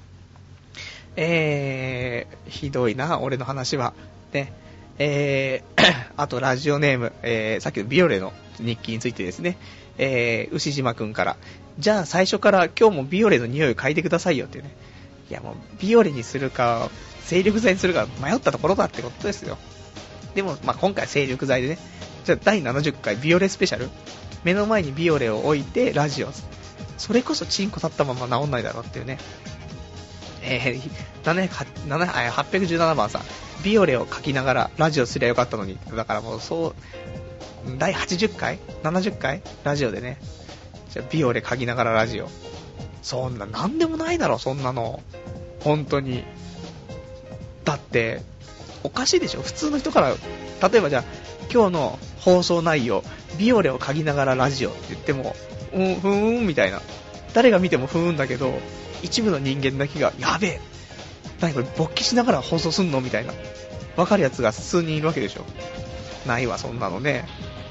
ひどいな俺の話はね。あとラジオネーム、さっきのビオレの日記についてですね、牛島くんから、じゃあ最初から今日もビオレの匂いを嗅いでくださいよっていうね。いやもうビオレにするか精力剤にするか迷ったところだってことですよ。でもまあ今回精力剤でね。じゃあ第70回ビオレスペシャル、目の前にビオレを置いてラジオ、それこそチンコ立ったまま治んないだろうっていうね。817番さん、ビオレを書きながらラジオすりゃよかったのに。だからもうそう第80回70回ラジオでね、じゃあビオレ書きながらラジオ、そんななんでもないだろそんなの本当に。だっておかしいでしょ、普通の人から。例えばじゃあ今日の放送内容ビオレを書きながらラジオって言ってもふーんみたいな、誰が見てもふーんだけど、一部の人間だけがやべえ何これ勃起しながら放送すんのみたいな分かるやつが数人いるわけでしょ。ないわそんなのね。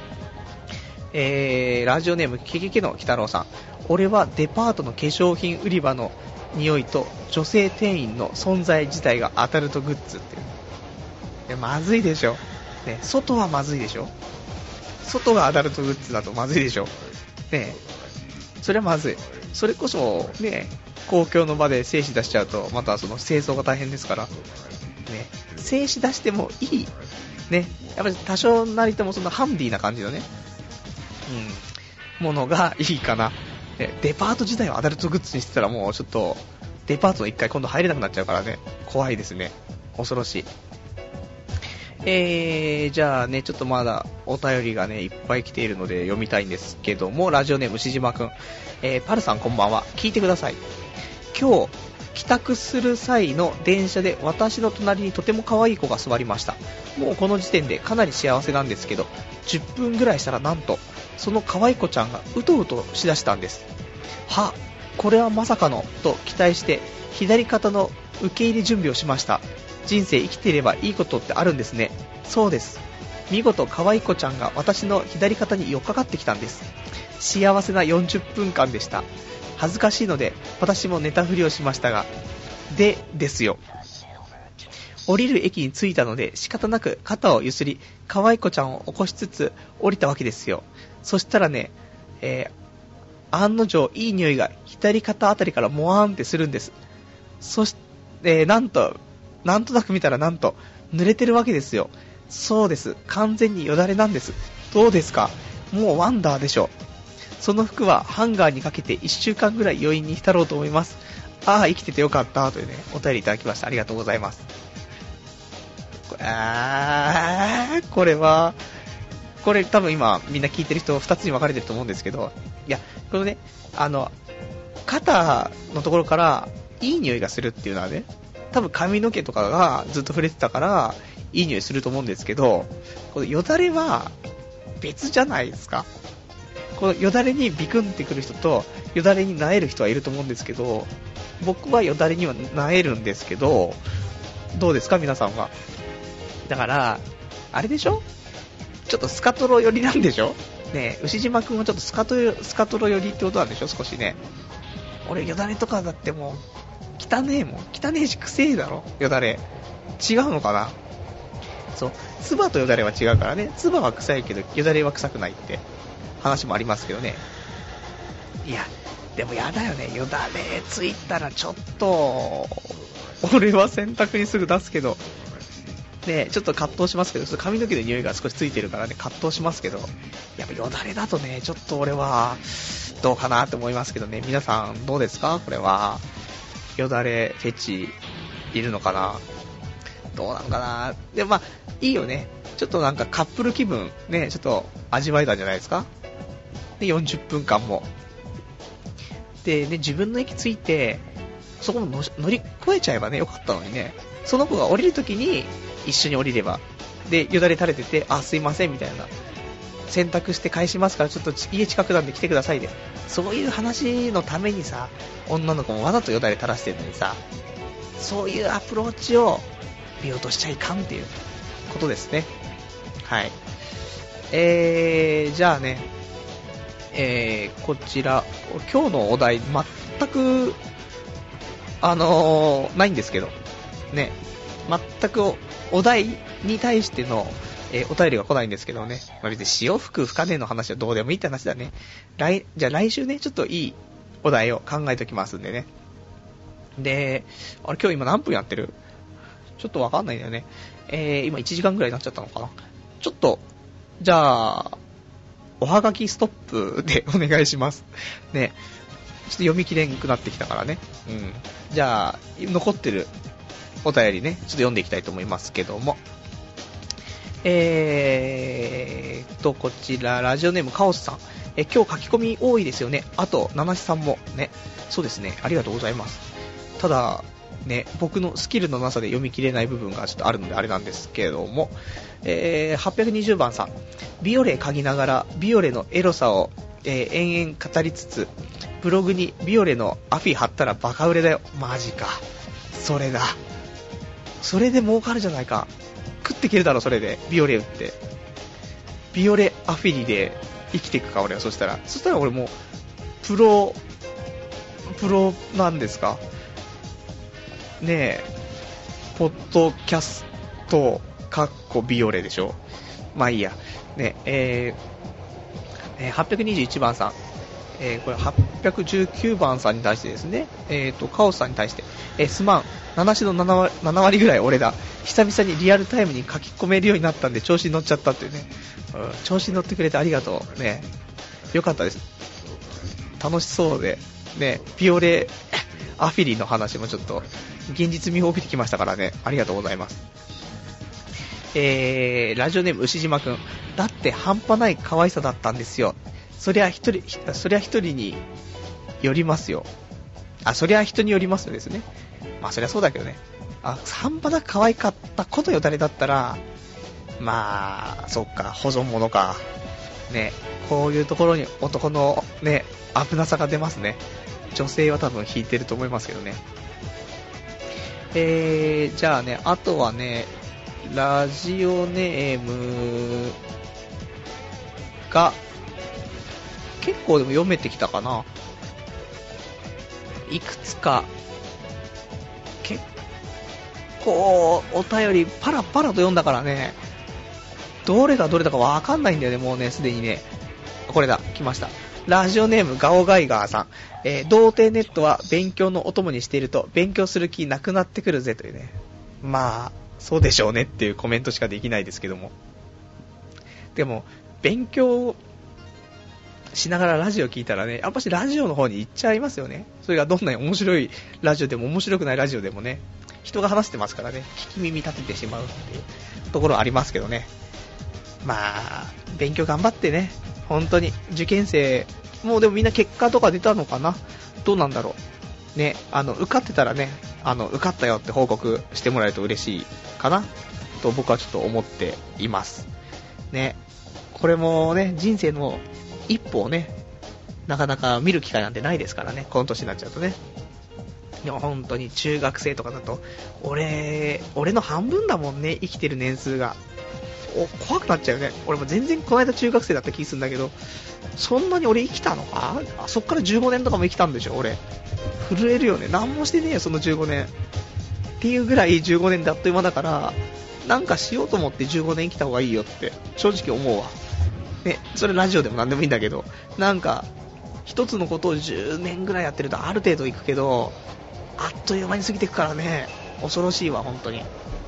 ラジオネームケケケの鬼太郎さん、俺はデパートの化粧品売り場の匂いと女性店員の存在自体がアダルトグッズっていう。いやまずいでしょ、ね、外はまずいでしょ、外がアダルトグッズだとまずいでしょ、ね、それはまずい。それこそね、公共の場で精子出しちゃうとまたその清掃が大変ですからね。精子出してもいいね、やっぱり多少なりともそのハンディな感じのね、ものがいいかな。デパート自体をアダルトグッズにしてたらもうちょっとデパートの1回今度入れなくなっちゃうからね、怖いですね、恐ろしい。じゃあね、ちょっとまだお便りがねいっぱい来ているので読みたいんですけども、ラジオネームしじまくん、パルさんこんばんは。聞いてください。今日帰宅する際の電車で私の隣にとても可愛い子が座りました。もうこの時点でかなり幸せなんですけど、10分ぐらいしたらなんとその可愛い子ちゃんがうとうとしだしたんです。は、これはまさかのと期待して左肩の受け入れ準備をしました。人生生きていればいいことってあるんですね。そうです。見事可愛い子ちゃんが私の左肩に寄っかかってきたんです。幸せな40分間でした。恥ずかしいので私も寝たふりをしましたが、ですよ、降りる駅に着いたので仕方なく肩をゆすり可愛い子ちゃんを起こしつつ降りたわけですよ。そしたらね、案の定いい匂いが左肩あたりからモワーンってするんです。そして、なんとなく見たらなんと濡れてるわけですよ。そうです、完全によだれなんです。どうですか、もうワンダーでしょ。その服はハンガーにかけて1週間ぐらい余韻に浸ろうと思います。ああ生きててよかったというね、お便りいただきました。ありがとうございます。これ多分今みんな聞いてる人2つに分かれてると思うんですけど、いやこのね、 肩のところからいい匂いがするっていうのはね、多分髪の毛とかがずっと触れてたからいい匂いすると思うんですけど、このよだれは別じゃないですか。このよだれにビクンってくる人とよだれに萎える人はいると思うんですけど、僕はよだれには萎えるんですけど、どうですか皆さんは。だからあれでしょ、ちょっとスカトロ寄りなんでしょね。牛島くんはちょっとスカトロ寄りってことなんでしょ、少しね。俺よだれとかだってもう汚ねえもん、汚ねえし臭えだろよだれ。違うのかな。そう、唾とよだれは違うからね。唾は臭いけどよだれは臭くないって話もありますけどね。いやでもやだよね、よだれついたらちょっと、俺は洗濯にすぐ出すけどね、ちょっと葛藤しますけど、髪の毛の匂いが少しついてるからね、葛藤しますけど、やっぱよだれだとね、ちょっと俺はどうかなと思いますけどね。皆さんどうですか、これは。よだれフェチいるのかな、どうなのかな。でまあいいよね、ちょっとなんかカップル気分ね、ちょっと味わえたんじゃないですか。で40分間もでね、自分の駅着いてそこも乗り越えちゃえばねよかったのにね。その子が降りるときに一緒に降りれば、でよだれ垂れてて、あすいませんみたいな、洗濯して返しますからちょっと家近くなんで来てくださいで、そういう話のためにさ、女の子もわざとよだれ垂らしてるのにさ、そういうアプローチを見落としちゃいかんっていうことですね。はい。じゃあね、こちら今日のお題全くないんですけどね、全くお題に対しての、お便りが来ないんですけどね、まあ、別に潮吹く吹かねえの話はどうでもいいって話だね。じゃあ来週ね、ちょっといいお題を考えておきますんでね。で、あれ今日今何分やってる？ちょっとわかんないんだよね。今1時間ぐらいになっちゃったのかな。ちょっとじゃあおはがきストップでお願いしますね。ちょっと読み切れんくなってきたからね。うん。じゃあ残ってるお便りね、ちょっと読んでいきたいと思いますけども、こちらラジオネームカオスさん、今日書き込み多いですよね。あと七七さんもね。そうですね、ありがとうございます。ただね、僕のスキルのなさで読み切れない部分がちょっとあるのであれなんですけども、820番さん、ビオレ嗅ぎながらビオレのエロさを、延々語りつつ、ブログにビオレのアフィ貼ったらバカ売れだよ。マジか、それだ、それで儲かるじゃないか。食っていけるだろそれで。ビオレ売ってビオレアフィリで生きていくか俺は。そしたら俺もうプロなんですかねえ。ポッドキャストビオレでしょ。まあいいやね。821番さん、これ819番さんに対してですね、カオスさんに対して、すまん、7の7割ぐらい俺だ。久々にリアルタイムに書き込めるようになったんで調子に乗っちゃったっていうね、調子に乗ってくれてありがとうね。よかったです。楽しそうでね。ビオレアフィリの話もちょっと現実味を帯びてきましたからね。ありがとうございます。ラジオネーム牛島くん、だって半端ない可愛さだったんですよ。そりゃ一人によりますよ。そりゃ人によりますよですね。まあそりゃそうだけどね。半端なく可愛かったことよだれだったら、まあそっか、保存物かね。こういうところに男のね危なさが出ますね。女性は多分引いてると思いますけどね。じゃあね、あとはね、ラジオネームが結構でも読めてきたかな。いくつか結構お便りパラパラと読んだからね、どれがどれだかわかんないんだよね、もうね、すでにね。これだ、来ました。ラジオネームガオガイガーさん、童貞ネットは勉強のお供にしていると勉強する気なくなってくるぜというね。まあそうでしょうねっていうコメントしかできないですけども、でも勉強しながらラジオ聞いたらね、やっぱしラジオの方に行っちゃいますよね。それがどんなに面白いラジオでも面白くないラジオでもね、人が話してますからね、聞き耳立ててしまうっていうところはありますけどね。まあ勉強頑張ってね、本当に受験生もうでもみんな結果とか出たのかな、どうなんだろうね。受かってたらね、受かったよって報告してもらえると嬉しいかなと僕はちょっと思っていますね。これもね、人生の一歩をね、なかなか見る機会なんてないですからね、この年になっちゃうとね。いや本当に中学生とかだと俺の半分だもんね、生きてる年数が。怖くなっちゃうね。俺も全然この間中学生だった気するんだけど、そんなに俺生きたのか。そっから15年とかも生きたんでしょ俺。震えるよね。何もしてねえよその15年っていうぐらい15年であっという間だから、なんかしようと思って15年生きた方がいいよって正直思うわね。それラジオでも何でもいいんだけど、なんか一つのことを10年ぐらいやってるとある程度いくけど、あっという間に過ぎていくからね、恐ろしいわ本当に。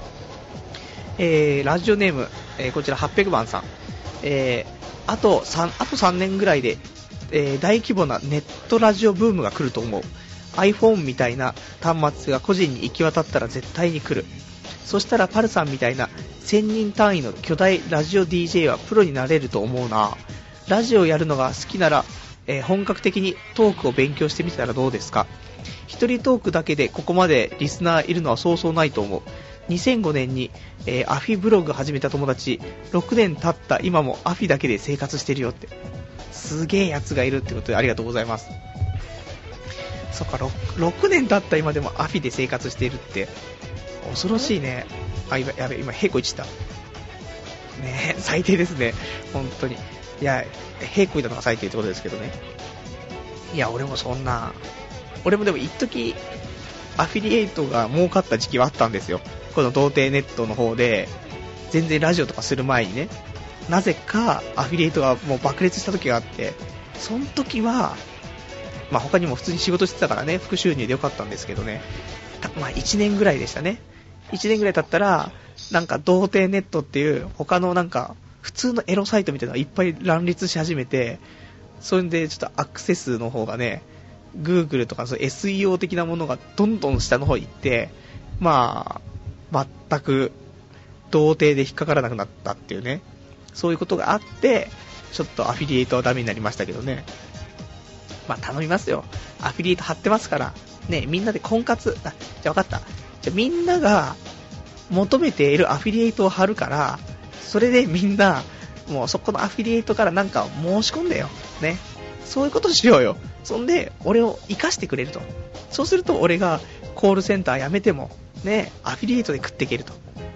ラジオネーム、こちら800番さん、あと3年ぐらいで、大規模なネットラジオブームが来ると思う。 iPhone みたいな端末が個人に行き渡ったら絶対に来る。そしたらパルさんみたいな1000人単位の巨大ラジオ DJ はプロになれると思うな。ラジオやるのが好きなら、本格的にトークを勉強してみたらどうですか。一人トークだけでここまでリスナーいるのはそうそうないと思う。2005年に、アフィブログ始めた友達、6年経った今もアフィだけで生活してるよって。すげえやつがいるってことでありがとうございます。そっか、6年経った今でもアフィで生活しているって恐ろしいね。やべ今ヘイコイチったね。最低ですね本当に。いやヘイコイたのが最低ってことですけどね。いや俺もでも一時アフィリエイトが儲かった時期はあったんですよ。この童貞ネットの方で全然ラジオとかする前にね、なぜかアフィリエイトがもう爆裂した時があって、その時はまあ他にも普通に仕事してたからね、副収入でよかったんですけどね。まあ1年ぐらいでしたね。1年ぐらい経ったらなんか童貞ネットっていう他のなんか普通のエロサイトみたいなのがいっぱい乱立し始めて、それでちょっとアクセスの方がね、Google とかそう SEO 的なものがどんどん下の方行って、まあ全く童貞で引っかからなくなったっていうね、そういうことがあって、ちょっとアフィリエイトはダメになりましたけどね。まあ頼みますよ、アフィリエイト貼ってますからね。みんなで婚活、じゃあ分かった、じゃあみんなが求めているアフィリエイトを貼るから、それでみんなもうそこのアフィリエイトからなんか申し込んでよね。そういうことしようよ。そんで俺を生かしてくれると。そうすると俺がコールセンター辞めてもね、アフィリエイトで食っていけると。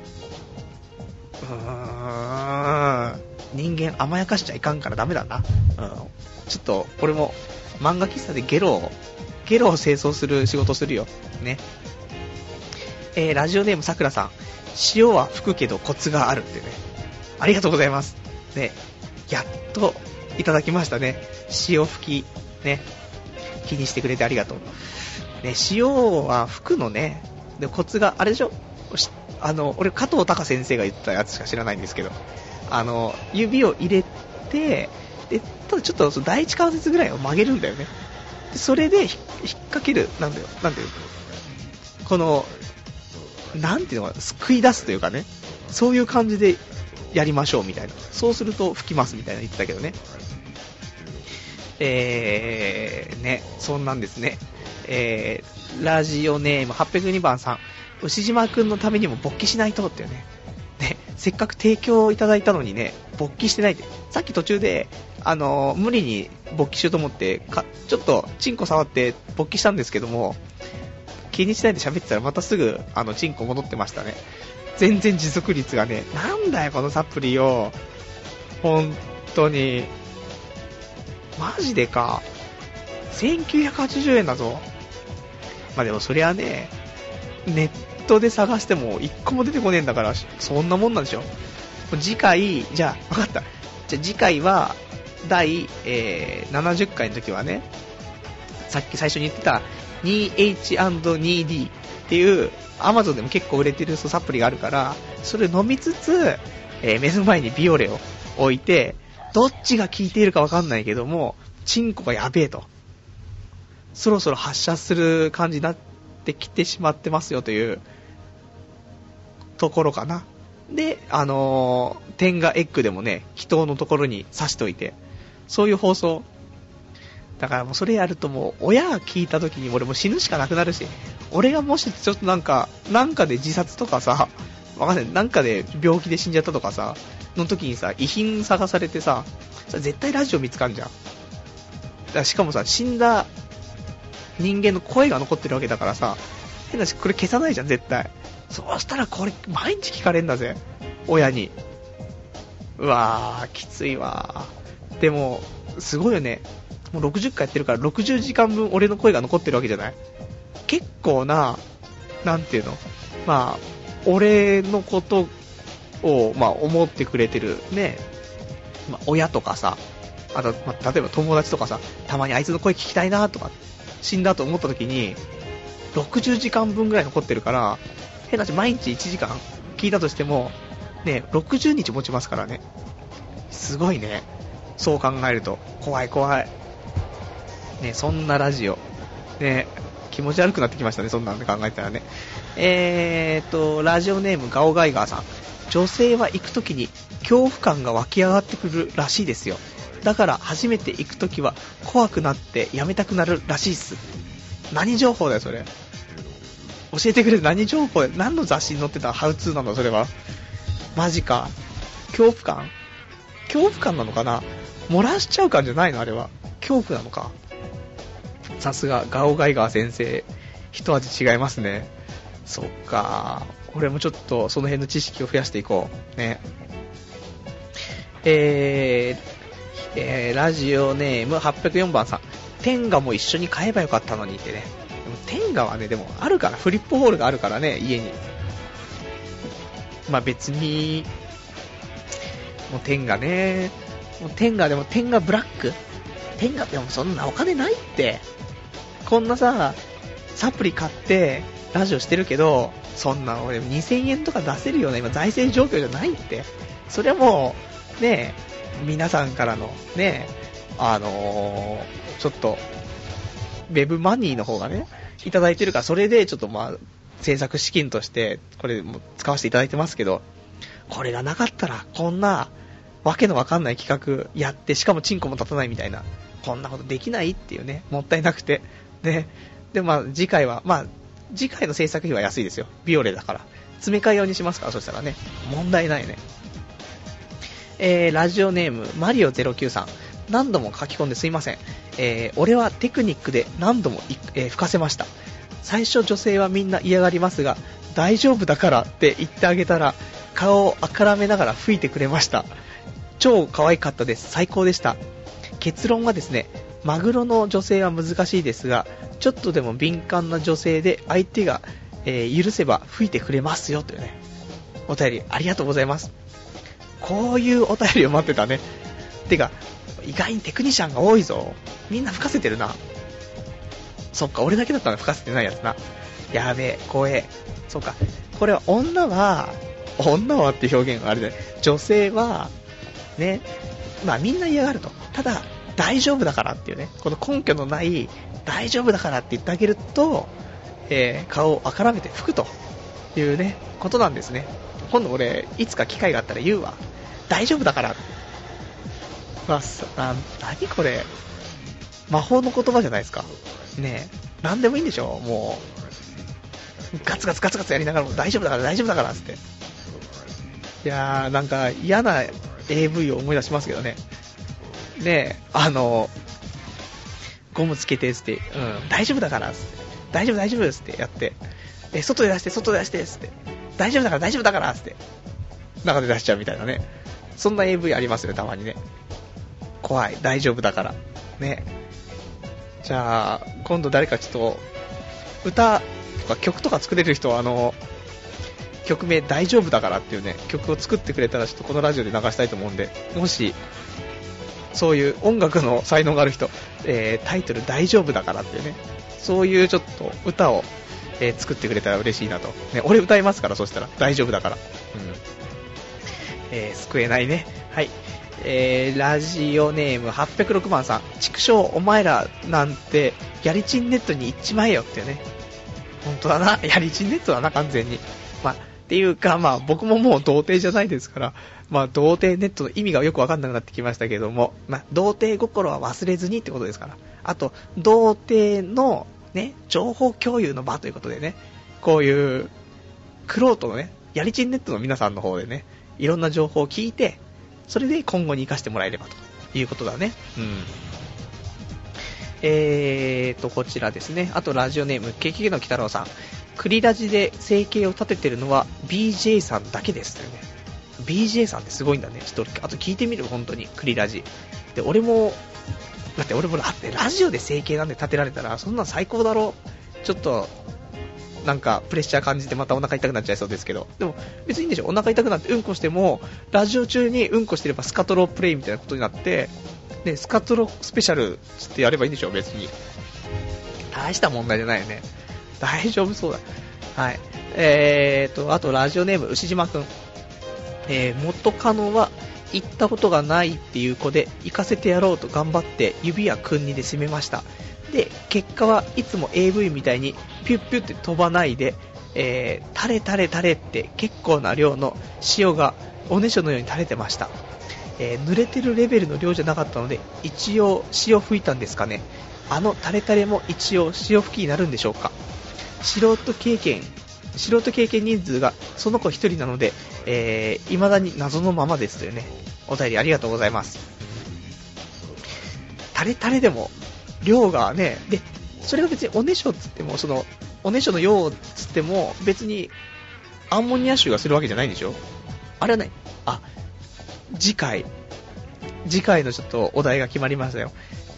人間甘やかしちゃいかんからダメだな。ちょっと俺も漫画喫茶でゲロを清掃する仕事するよね。ラジオネームさくらさん、塩は吹くけどコツがあるってね。ありがとうございますね。やっといただきましたね、塩吹きね。気にしてくれてありがとうね。塩は吹くのね。でコツがあれでしょ。俺加藤隆先生が言ったやつしか知らないんですけど、指を入れて、でただちょっと第一関節ぐらいを曲げるんだよね。でそれで引っ掛ける、なんていうこのなんていうのかな、救い出すというかね、そういう感じでやりましょうみたいな。そうすると吹きますみたいな言ってたけどね。ね、そんなんですね。ラジオネーム802番さん、牛島くんのためにも勃起しないとっていうね。ね、せっかく提供いただいたのにね、勃起してないって。さっき途中で無理に勃起しようと思ってちょっとチンコ触って勃起したんですけども、気にしないで喋ってたらまたすぐチンコ戻ってましたね。全然持続率がね、なんだよこのサプリよ、本当にマジでか。1980円だぞ。まあでもそりゃね、ネットで探しても1個も出てこねえんだから、そんなもんなんでしょ。次回、じゃあ分かった、じゃあ次回は第、70回の時はね、さっき最初に言ってた 2H&2D っていう Amazon でも結構売れてるサプリがあるから、それ飲みつつ、目の前にビオレを置いて、どっちが効いているか分かんないけども、チンコがやべえと、そろそろ発射する感じになってきてしまってますよというところかな。で、テンガエッグでもね、祈祷のところに刺しといて、そういう放送だからもうそれやるともう親が聞いた時に俺もう死ぬしかなくなるし、俺がもしちょっとなんかで自殺とかさ、わかんない、なんかで病気で死んじゃったとかさ、の時にさ、遺品探されてさ、絶対ラジオ見つかんじゃん。だからしかもさ、死んだ人間の声が残ってるわけだからさ、変なし、これ消さないじゃん、絶対。そうしたらこれ毎日聞かれんだぜ、親に。うわー、きついわー。でも、すごいよね。もう60回やってるから60時間分俺の声が残ってるわけじゃない。結構な、なんていうの、まあ、俺のことを、まあ、思ってくれてるね、まあ、親とかさ、あと、まあ、例えば友達とかさ、たまにあいつの声聞きたいなとか、死んだと思った時に、60時間分ぐらい残ってるから、変な話、毎日1時間聞いたとしても、ね、60日持ちますからね。すごいね。そう考えると、怖い怖い。ね、そんなラジオ。ね、気持ち悪くなってきましたね、そんなんで考えたらね。ラジオネームガオガイガーさん。女性は行くときに恐怖感が湧き上がってくるらしいですよ。だから初めて行くときは怖くなってやめたくなるらしいっす。何情報だよそれ。教えてくれる。何情報。何の雑誌に載ってたハウツーなのそれは。マジか。恐怖感なのかな。漏らしちゃう感じゃないのあれは。恐怖なのか。さすがガオガイガー先生、一味違いますね。そっか、俺もちょっとその辺の知識を増やしていこうね。ラジオネーム804番さん。天下も一緒に買えばよかったのにってね。でも天下はね、でもあるから、フリップホールがあるからね、家に。まあ別にもう天下ね、もう天下でも天下ブラック、天下ってもそんなお金ないって。こんなさ、サプリ買ってラジオしてるけど、そんな俺2000円とか出せるような今財政状況じゃないって。それはもうね、皆さんからのね、ちょっとウェブマニーの方がねいただいてるから、それでちょっとまあ制作資金としてこれも使わせていただいてますけど、これがなかったらこんなわけのわかんない企画やって、しかもチンコも立たないみたいな、こんなことできないっていうね、もったいなくてね。でまあ次回の制作費は安いですよ、ビオレだから詰め替え用にしますから、そしたらね問題ないね。ラジオネームマリオ09さん。何度も書き込んですいません。俺はテクニックで何度も、吹かせました。最初女性はみんな嫌がりますが、大丈夫だからって言ってあげたら顔をあからめながら吹いてくれました。超可愛かったです。最高でした。結論はですね、マグロの女性は難しいですが、ちょっとでも敏感な女性で相手が、許せば吹いてくれますよというね、お便りありがとうございます。こういうお便りを待ってたね。てか意外にテクニシャンが多いぞ。みんな吹かせてるな。そっか、俺だけだったら吹かせてないやつな。やべえ、怖え。そっか、これは女はって表現があれで、女性はね、まあみんな嫌がると。ただ大丈夫だからっていうね、この根拠のない大丈夫だからって言ってあげると、顔をあからめて吹くというねことなんですね。今度俺いつか機会があったら言うわ。大丈夫だから。何これ、魔法の言葉じゃないですかね。え、なんでもいいんでしょ。もうガツガツやりながらも大丈夫だからって。いやー、なんか嫌な AV を思い出しますけどね。ねえ、ゴムつけてっつって、大丈夫だからっつって、大丈夫っつってやって、外で出してっつって、大丈夫だからっつって、中で出しちゃうみたいなね。そんな AV ありますよ、たまにね。怖い、大丈夫だからね。じゃあ今度誰かちょっと歌とか曲とか作れる人は曲名大丈夫だからっていうね曲を作ってくれたら、ちょっとこのラジオで流したいと思うんで、もしそういう音楽の才能がある人、タイトル大丈夫だからっていうね、そういうちょっと歌を、作ってくれたら嬉しいなと、ね、俺歌いますから。そしたら大丈夫だから、救えないね。はい。ラジオネーム806番さん。畜生お前らなんてやりちんネットに行っちまえよっていうね。本当だな、やりちんネットだな完全に。まあっていうか、まあ僕ももう童貞じゃないですから、まあ童貞ネットの意味がよくわかんなくなってきましたけども、まあ童貞心は忘れずにってことですから。あと、童貞のね、情報共有の場ということでね、こういう、クロートのね、やりちんネットの皆さんの方でね、いろんな情報を聞いて、それで今後に活かしてもらえればということだね。こちらですね。あとラジオネーム、ケキゲの鬼太郎さん。クリラジで生計を立ててるのは BJ さんだけですというね。BJ さんってすごいんだね。ちょっとあと聞いてみる、本当にクリラジで。俺もラジオで生計なんで立てられたらそんな最高だろ。ちょっとなんかプレッシャー感じてまたお腹痛くなっちゃいそうですけど、でも別にいいんでしょ。お腹痛くなってうんこしてもラジオ中にうんこしてればスカトロプレイみたいなことになって、でスカトロスペシャルつってやればいいんでしょ。別に大した問題じゃないよね。大丈夫そうだ。はい。あとラジオネーム牛島くん。元カノは行ったことがないっていう子で行かせてやろうと頑張って指やくんにで締めました。で結果はいつも AV みたいにピュッピュって飛ばないで、垂れって結構な量の塩がおねしょのように垂れてました。濡れてるレベルの量じゃなかったので一応塩吹いたんですかね。あの垂れも一応塩吹きになるんでしょうか。素人経験人数がその子一人なので、未だに謎のままですというね、お便りありがとうございます。垂れでも量がね、でそれが別におねしょっつっても、そのおねしょの量っつっても別にアンモニア臭がするわけじゃないんでしょ。あれはね、次回のちょっとお題が決まりましたよ。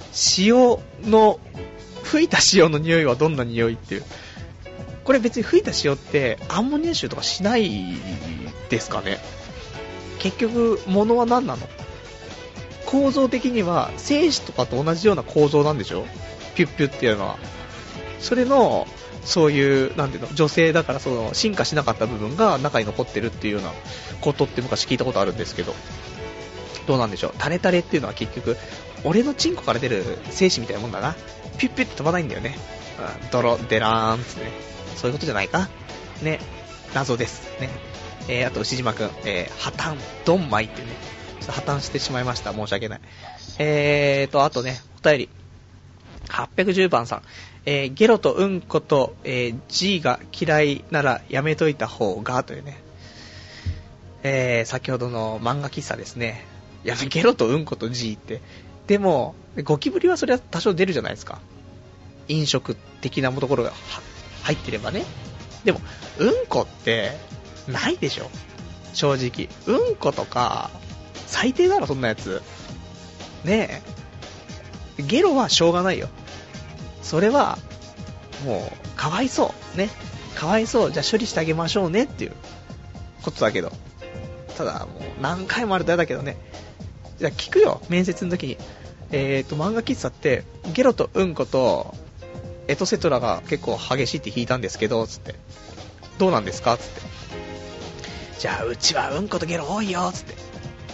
吹いた塩の匂いはどんな匂いっていう。これ別に吹いた塩ってアンモニア臭とかしないですかね。結局物は何なの。構造的には精子とかと同じような構造なんでしょ。ピュッピュっていうのは。それのそういうなんていうの、女性だからその進化しなかった部分が中に残ってるっていうようなことって昔聞いたことあるんですけど、どうなんでしょう。垂れっていうのは結局俺のチンコから出る精子みたいなもんだな。ピュッピュって飛ばないんだよね。ドロデラーンってね。そういうことじゃないかね。謎ですね。あと牛島くん、破綻ドンマイっていうね、ちょっと破綻してしまいました。申し訳ない。あとね、お便り810番さん、ゲロとうんこと、G が嫌いならやめといた方がというね、先ほどの漫画喫茶ですね。いや、ゲロとうんこと G ってでもゴキブリはそれは多少出るじゃないですか。飲食的なところが入ってればね。でもうんこってないでしょ、正直。うんことか最低だろ、そんなやつねえ。ゲロはしょうがないよ。それはもうかわいそうね。かわいそう、じゃあ処理してあげましょうねっていうことだけど、ただもう何回もあると嫌だけどね。じゃあ聞くよ、面接の時に。漫画喫茶ってゲロとうんことエトセトラが結構激しいって聞いたんですけどつって、どうなんですかつって、じゃあうちはうんことゲロ多いよつって、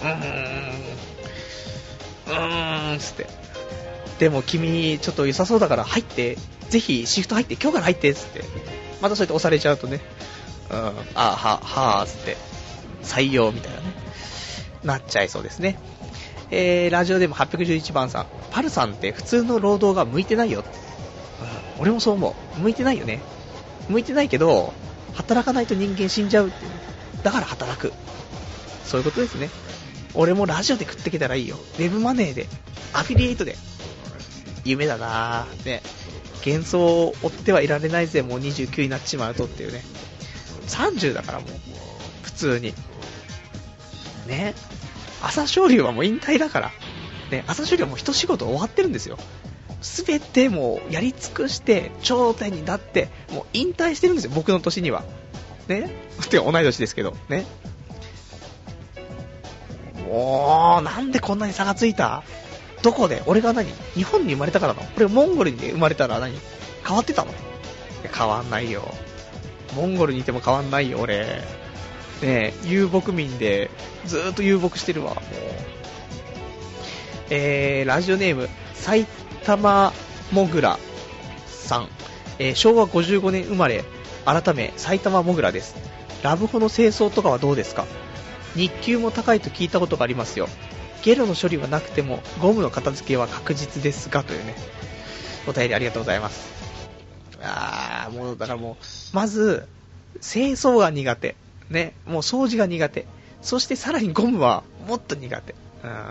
つって、でも君ちょっと良さそうだから入って、ぜひシフト入って、今日から入ってつって、またそうやって押されちゃうとね、はつって採用みたいなね、なっちゃいそうですね。ラジオでも811番さん、パルさんって普通の労働が向いてないよって、俺もそう思う。向いてないよね。向いてないけど働かないと人間死んじゃうっていう、だから働く、そういうことですね。俺もラジオで食ってきたらいいよ。ウェブマネーで、アフィリエイトで。夢だなぁね。幻想を追ってはいられないぜ、もう29になっちまうとっていうね。30だからもう普通にね。朝青龍はもう引退だからね。朝青龍はもう一仕事終わってるんですよ。すべてもうやり尽くして頂点になってもう引退してるんですよ、僕の年にはね。てか同い年ですけどね。なんでこんなに差がついた。どこで。俺が日本に生まれたからの。俺モンゴルに生まれたら変わってたの。変わんないよ。モンゴルにいても変わんないよ俺ね。遊牧民でずーっと遊牧してるわもう。ラジオネーム埼玉もぐらさん、昭和55年生まれ改め埼玉もぐらです。 ラブホの清掃とかはどうですか？日給も高いと聞いたことがありますよ。ゲロの処理はなくてもゴムの片付けは確実ですが、というね、お便りありがとうございます。もうだからもうまず清掃が苦手ね、もう掃除が苦手、そしてさらにゴムはもっと苦手。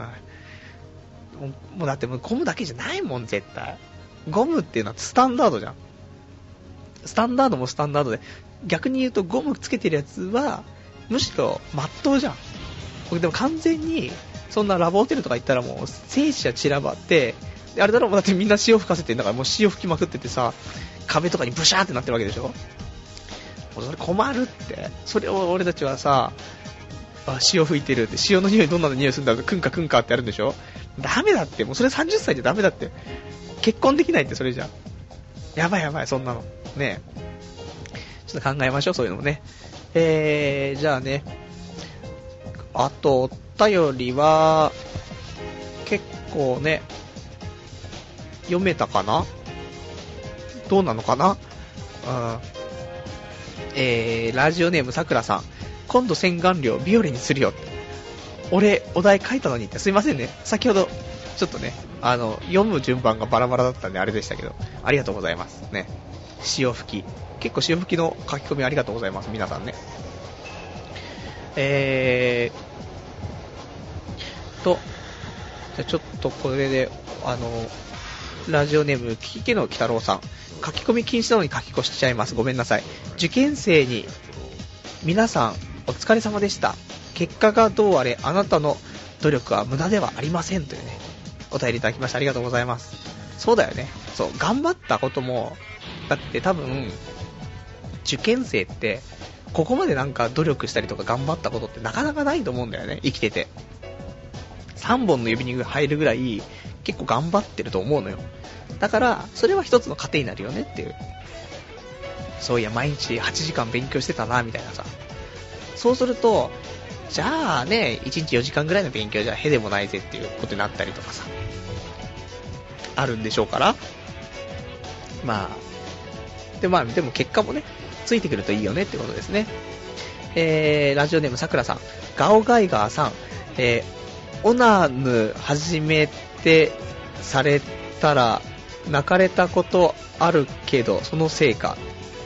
もうだってもうゴムだけじゃないもん、絶対。ゴムっていうのはスタンダードじゃん。スタンダードもスタンダードで、逆に言うとゴムつけてるやつはむしろまっとうじゃん。僕でも完全にそんなラブホテルとか行ったらもう精子が散らばって、あれだろ、だってみんな塩吹かせてんだから、もう塩吹きまくっててさ、壁とかにブシャーってなってるわけでしょ。もうそれ困るって。それを俺たちはさ、塩吹いてるって、塩の匂いどんなの匂いするんだろう、クンカクンカってやるんでしょ。ダメだって、もうそれ30歳でダメだって。結婚できないって、それじゃやばいやばい、そんなのね。ちょっと考えましょう、そういうのもね。じゃあね、あとお便りは結構ね読めたかな、どうなのかな。ラジオネームさくらさん、今度洗顔料ビオレにするよって。俺お題書いたのにって、すいませんね、先ほどちょっとね読む順番がバラバラだったんであれでしたけど、ありがとうございますね。潮吹き、結構潮吹きの書き込みありがとうございます、皆さんね。じゃあちょっとこれでラジオネームキキケの鬼太郎さん、書き込み禁止なのに書き越しちゃいます、ごめんなさい。受験生に皆さんお疲れ様でした。結果がどうあれあなたの努力は無駄ではありません、というねお便りいただきました。ありがとうございます。そうだよね、そう頑張ったことも、だって多分受験生ってここまでなんか努力したりとか頑張ったことってなかなかないと思うんだよね、生きてて。3本の指に入るぐらい結構頑張ってると思うのよ。だからそれは一つの糧になるよねっていう。そういや毎日8時間勉強してたなみたいなさ。そうするとじゃあね、1日4時間ぐらいの勉強じゃへでもないぜっていうことになったりとかさ、あるんでしょうから、でも結果もねついてくるといいよねってことですね。ラジオネームさくらさん、ガオガイガーさん、オナヌ始めてされたら泣かれたことあるけどそのせいか。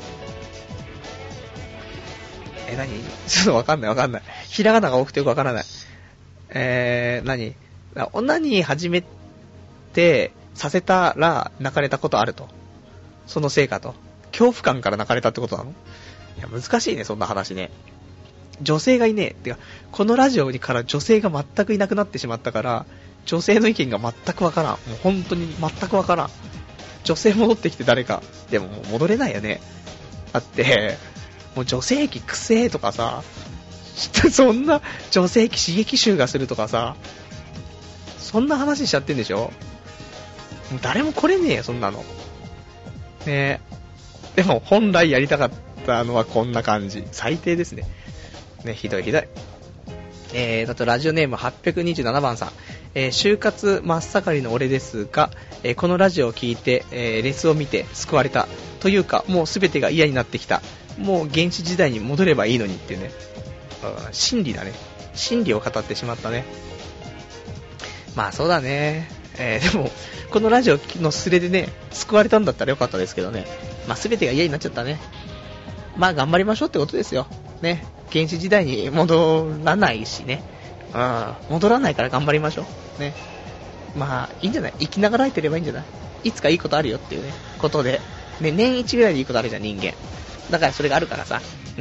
何ちょっとわかんない。ひらがなが多くてよくわからない。何オナニー始めてさせたら泣かれたことあると、そのせいかと、恐怖感から泣かれたってことなの？いや難しいね、そんな話ね。女性がいねえってか、このラジオにから女性が全くいなくなってしまったから、女性の意見が全くわからん。もう本当に全くわからん。女性戻ってきて誰か。でももう戻れないよね。だってもう女性器くせえとかさ、そんな女性器刺激臭がするとかさ、そんな話しちゃってんでしょ。もう誰も来れねえよそんなのね。でも本来やりたかったのはこんな感じ。最低ですね。ね、ひどい。だとラジオネーム827番さん、就活真っ盛りの俺ですが、このラジオを聞いて、レスを見て救われたというか、もうすべてが嫌になってきた。もう原始時代に戻ればいいのにっていうね、真理だね。真理を語ってしまったね。まあそうだね。でもこのラジオのスレでね救われたんだったらよかったですけどね。まあ全てが嫌になっちゃったね。まあ頑張りましょうってことですよね。原始時代に戻らないしね。戻らないから頑張りましょうね。まあいいんじゃない、生きながらえてればいいんじゃない。いつかいいことあるよっていうねことでね、年一ぐらいでいいことあるじゃん人間だから、それがあるからさ。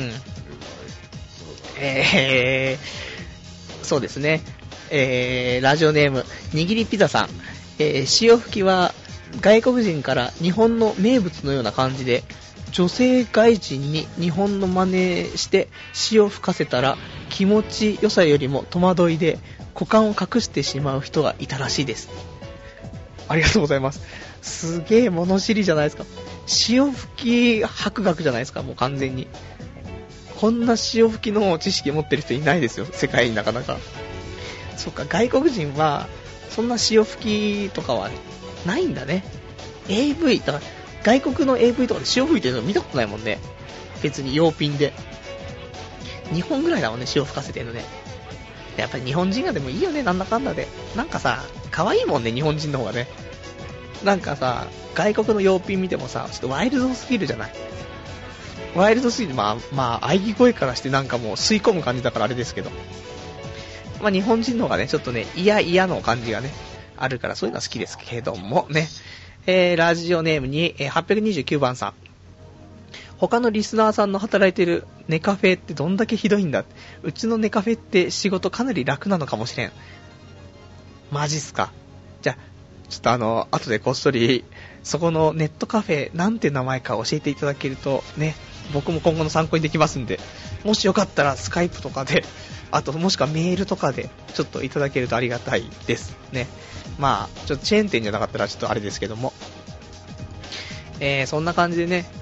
そうですね。ラジオネームにぎりピザさん、潮吹きは外国人から日本の名物のような感じで、女性外人に日本の真似して潮吹かせたら気持ちよさよりも戸惑いで股間を隠してしまう人がいたらしいです。ありがとうございます。すげえ物知りじゃないですか。潮吹き博学じゃないですか、もう完全に。こんな潮吹きの知識持ってる人いないですよ、世界になかなか。そっか、外国人はそんな潮吹きとかはないんだね。 AV だから外国の AV とかで潮吹いてるの見たことないもんね。別に洋品で 2本ぐらいだもんね、塩吹かせてるのね。やっぱり日本人がでもいいよね、なんだかんだで。なんかさ、可愛いもんね、日本人の方がね。なんかさ、外国の洋品見てもさ、ちょっとワイルドすぎるじゃない。ワイルドすぎる、まあ、喘ぎ声からしてなんかもう吸い込む感じだからあれですけど。まあ日本人の方がね、ちょっとね、嫌の感じがね、あるからそういうのは好きですけどもね。ラジオネームに、829番さん。他のリスナーさんの働いてるネカフェってどんだけひどいんだ。うちのネカフェって仕事かなり楽なのかもしれん。マジっすか。じゃあ、ちょっと後でこっそり、そこのネットカフェ、なんて名前か教えていただけると、ね、僕も今後の参考にできますんで、もしよかったらスカイプとかで、あともしくはメールとかで、ちょっといただけるとありがたいですね。まあ、ちょっとチェーン店じゃなかったらちょっとあれですけども。そんな感じでね、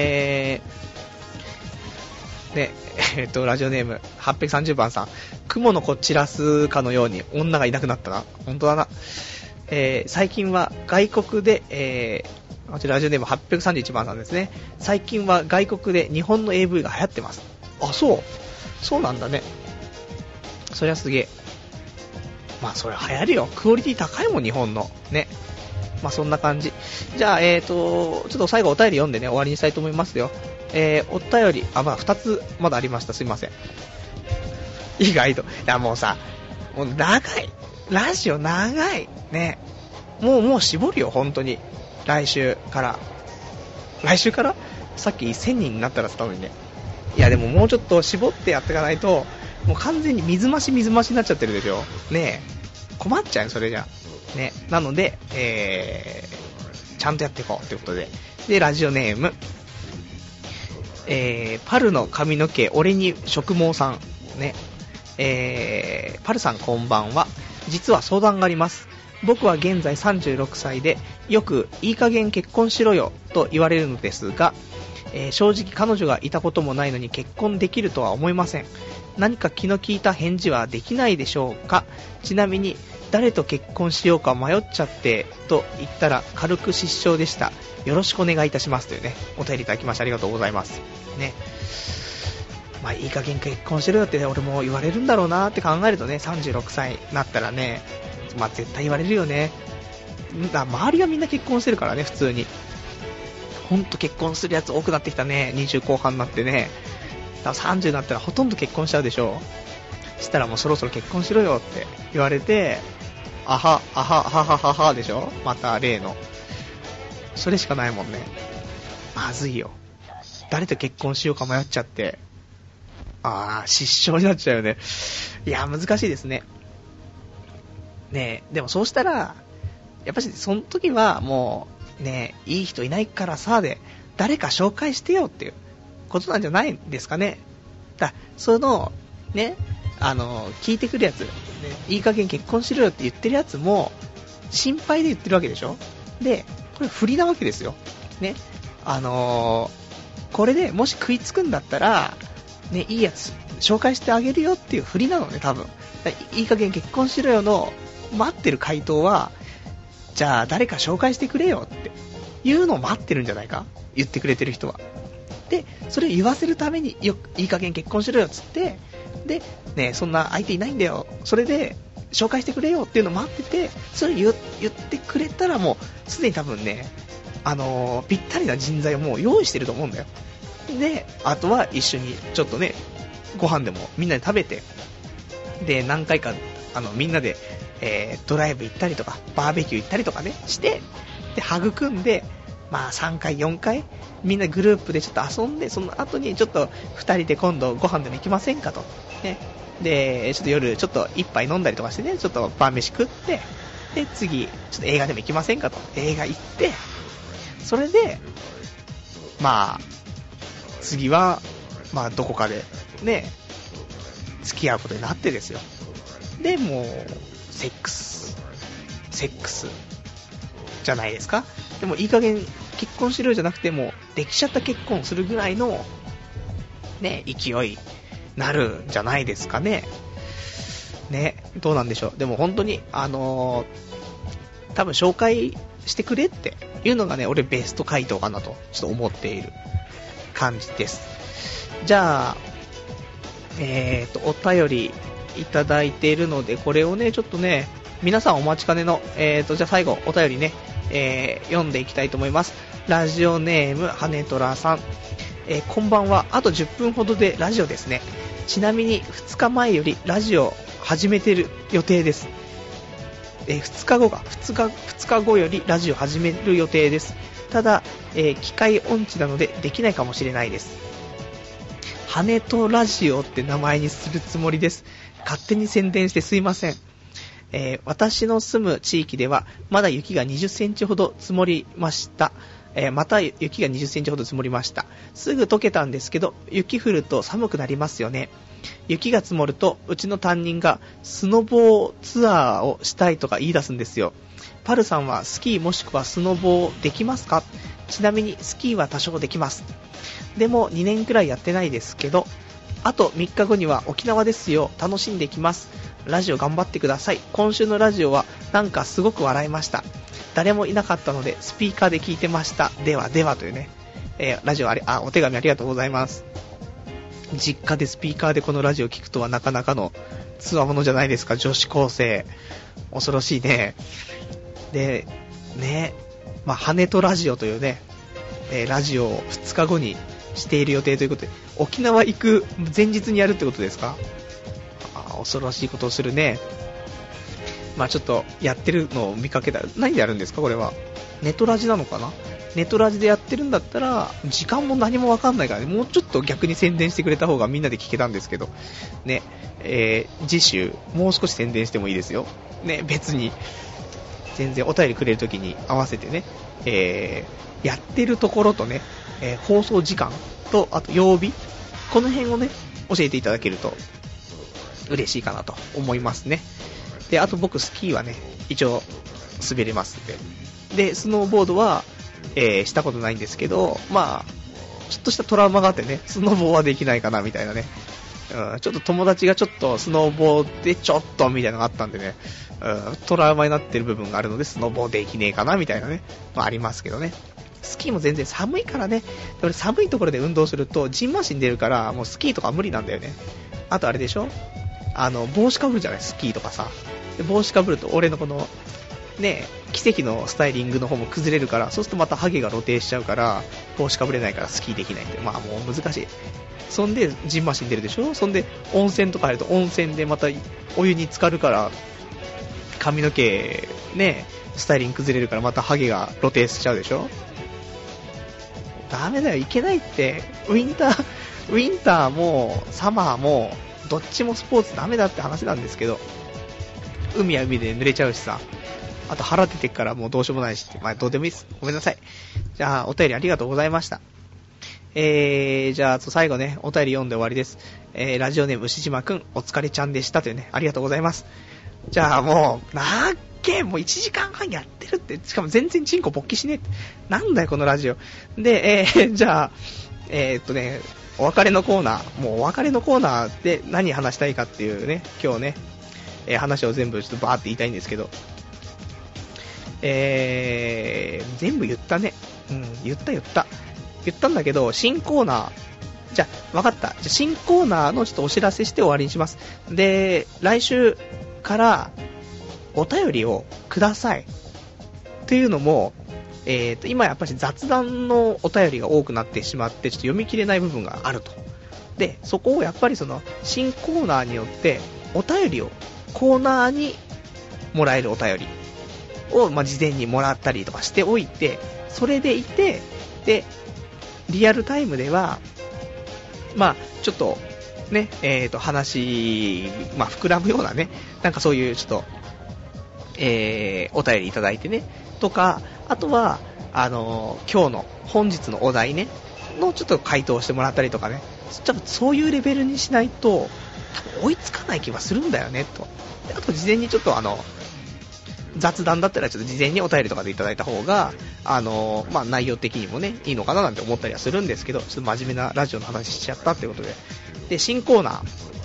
ラジオネーム830番さん、雲の子散らすかのように女がいなくなったな。本当だな。最近は外国で、ラジオネーム831番さんですね。最近は外国で日本の AV が流行ってます。あ、そうなんだね。そりゃすげえ。まあそれ流行るよ。クオリティ高いもん、日本のね。まあそんな感じ。じゃあちょっと最後お便り読んでね終わりにしたいと思いますよ。お便りまあ2つまだありました。すいません。意外といやもうさ、もう長いラジオ長いね。もう絞るよ本当に。来週からさっき1000人になったら伝わるのにね。いやでももうちょっと絞ってやっていかないともう完全に水増しになっちゃってるでしょね。困っちゃうよそれじゃね。なので、ちゃんとやっていこうということで。で、ラジオネーム、パルの髪の毛、俺に植毛さん。ね。パルさんこんばんは。実は相談があります。僕は現在36歳で、よくいい加減結婚しろよと言われるのですが、正直彼女がいたこともないのに結婚できるとは思いません。何か気の利いた返事はできないでしょうか。ちなみに、誰と結婚しようか迷っちゃってと言ったら軽く失笑でした。よろしくお願いいたしますというね、お便りいただきましてありがとうございますね。まあいい加減結婚しろよって、ね、俺も言われるんだろうなって考えるとね、36歳になったらね、まあ絶対言われるよね。周りがみんな結婚してるからね、普通に。ほんと結婚するやつ多くなってきたね。20後半になってね、だから30になったらほとんど結婚しちゃうでしょ。したらもうそろそろ結婚しろよって言われて、あははでしょ。また例のそれしかないもんね。まずいよ。誰と結婚しようか迷っちゃって、失笑になっちゃうよね。いや難しいですね。ねえ、でもそうしたらやっぱりその時はもうね、いい人いないからさで誰か紹介してよっていうことなんじゃないんですかね。そのね、聞いてくるやつ、ね、いい加減結婚しろよって言ってるやつも心配で言ってるわけでしょ。で、これ振りなわけですよ。ね、これでもし食いつくんだったらね、いいやつ紹介してあげるよっていう振りなのね、多分。いい加減結婚しろよの待ってる回答は、じゃあ誰か紹介してくれよっていうのを待ってるんじゃないか、言ってくれてる人は。で、それを言わせるためにいい加減結婚しろよっつって、で、ね、そんな相手いないんだよ、それで紹介してくれよっていうのを待ってて、それを言ってくれたらもうすでに多分ね、ぴったりな人材をもう用意してると思うんだよ。で、あとは一緒にちょっとね、ご飯でもみんなで食べて、で何回かみんなで、ドライブ行ったりとかバーベキュー行ったりとかねして、で育んで、まあ3回4回みんなグループでちょっと遊んで、その後にちょっと2人で今度ご飯でも行きませんかとね。でちょっと夜ちょっと一杯飲んだりとかしてね、ちょっと晩飯食って、で次ちょっと映画でも行きませんかと、映画行って、それでまあ次はまあどこかでね付き合うことになってですよ。でもうセックスじゃないですか。でもいい加減結婚しろよじゃなくて、もうできちゃった結婚するぐらいのね勢いなるんじゃないですかね。ね、どうなんでしょう。でも本当に多分紹介してくれっていうのがね、俺ベスト回答かなとちょっと思っている感じです。じゃあお便りいただいているので、これをね、ちょっとね、皆さんお待ちかねの、じゃあ最後、お便りね、読んでいきたいと思います。ラジオネーム、はねとらさん。こんばんは。あと10分ほどでラジオですね。ちなみに2日前よりラジオ始めてる予定です。2日後よりラジオ始める予定です。ただ、機械音痴なのでできないかもしれないです。羽根とラジオって名前にするつもりです。勝手に宣伝してすいません。私の住む地域ではまだ雪が20センチほど積もりました。また雪が20センチほど積もりました。すぐ溶けたんですけど、雪降ると寒くなりますよね。雪が積もるとうちの担任がスノボーツアーをしたいとか言い出すんですよ。パルさんはスキーもしくはスノボーできますか？ちなみにスキーは多少できます。でも2年くらいやってないですけど、あと3日後には沖縄ですよ。楽しんできます。ラジオ頑張ってください。今週のラジオはなんかすごく笑いました。誰もいなかったのでスピーカーで聞いてました。ではではというね、ラジオお手紙ありがとうございます。実家でスピーカーでこのラジオ聞くとはなかなかのつわものじゃないですか。女子高生恐ろしいね。でね、羽とラジオというね、ラジオを2日後にしている予定ということで、沖縄行く前日にやるってことですか？恐ろしいことをするね。ちょっとやってるのを見かけたら、何でやるんですかこれは。ネトラジなのかな？ネトラジでやってるんだったら時間も何もわかんないからね、もうちょっと逆に宣伝してくれた方がみんなで聞けたんですけどね。次週もう少し宣伝してもいいですよね。別に全然お便りくれるときに合わせてね、やってるところとね、放送時間とあと曜日、この辺をね教えていただけると嬉しいかなと思いますね。で、あと僕スキーはね一応滑れますんで、スノーボードは、したことないんですけど、ちょっとしたトラウマがあってね、スノボーはできないかなみたいなね、ちょっと友達がちょっとスノボーでちょっとみたいなのがあったんでね、トラウマになってる部分があるのでスノボーできねえかなみたいなね、ありますけどね。スキーも全然寒いからね。俺寒いところで運動するとジンマシン出るから、もうスキーとか無理なんだよね。あとあれでしょ、帽子かぶるじゃない、スキーとかさ。で帽子かぶると俺のこのね、奇跡のスタイリングの方も崩れるから、そうするとまたハゲが露呈しちゃうから帽子かぶれないからスキーできないって、もう難しい。そんでジンマシン出るでしょ。そんで温泉とか入ると温泉でまたお湯に浸かるから髪の毛ね、スタイリング崩れるからまたハゲが露呈しちゃうでしょ。ダメだよ、いけないって。ウィンターもサマーもどっちもスポーツダメだって話なんですけど、海は海で濡れちゃうしさ、あと腹出てっからもうどうしようもないしって、どうでもいいです。ごめんなさい。じゃあお便りありがとうございました。じゃあ最後ね、お便り読んで終わりです。ラジオネーム牛島くん、お疲れちゃんでしたというね、ありがとうございます。じゃあもうもう1時間半やってるって、しかも全然チンコ勃起しねえって、なんだよこのラジオで。じゃあお別れのコーナー、もうお別れのコーナーで何話したいかっていうね、今日ね、話を全部ちょっとバーって言いたいんですけど、全部言ったね。言ったんだけど、新コーナー、じゃあ分かった。じゃあ新コーナーのちょっとお知らせして終わりにします。で、来週からお便りをくださいっていうのも、今やっぱり雑談のお便りが多くなってしまって、ちょっと読み切れない部分があると。で、そこをやっぱりその新コーナーによってお便りをコーナーにもらえるお便りを、事前にもらったりとかしておいて、それでいて、でリアルタイムではちょっとね、話膨らむようなね、なんかそういうちょっとお便りいただいてねとか、あとは今日の本日のお題ねのちょっと回答してもらったりとかね、ちょっとそういうレベルにしないと多分追いつかない気がするんだよねと。であと事前にちょっと雑談だったらちょっと事前にお便りとかでいただいた方が内容的にもねいいのかななんて思ったりはするんですけど、ちょっと真面目なラジオの話しちゃったってことで、新コーナ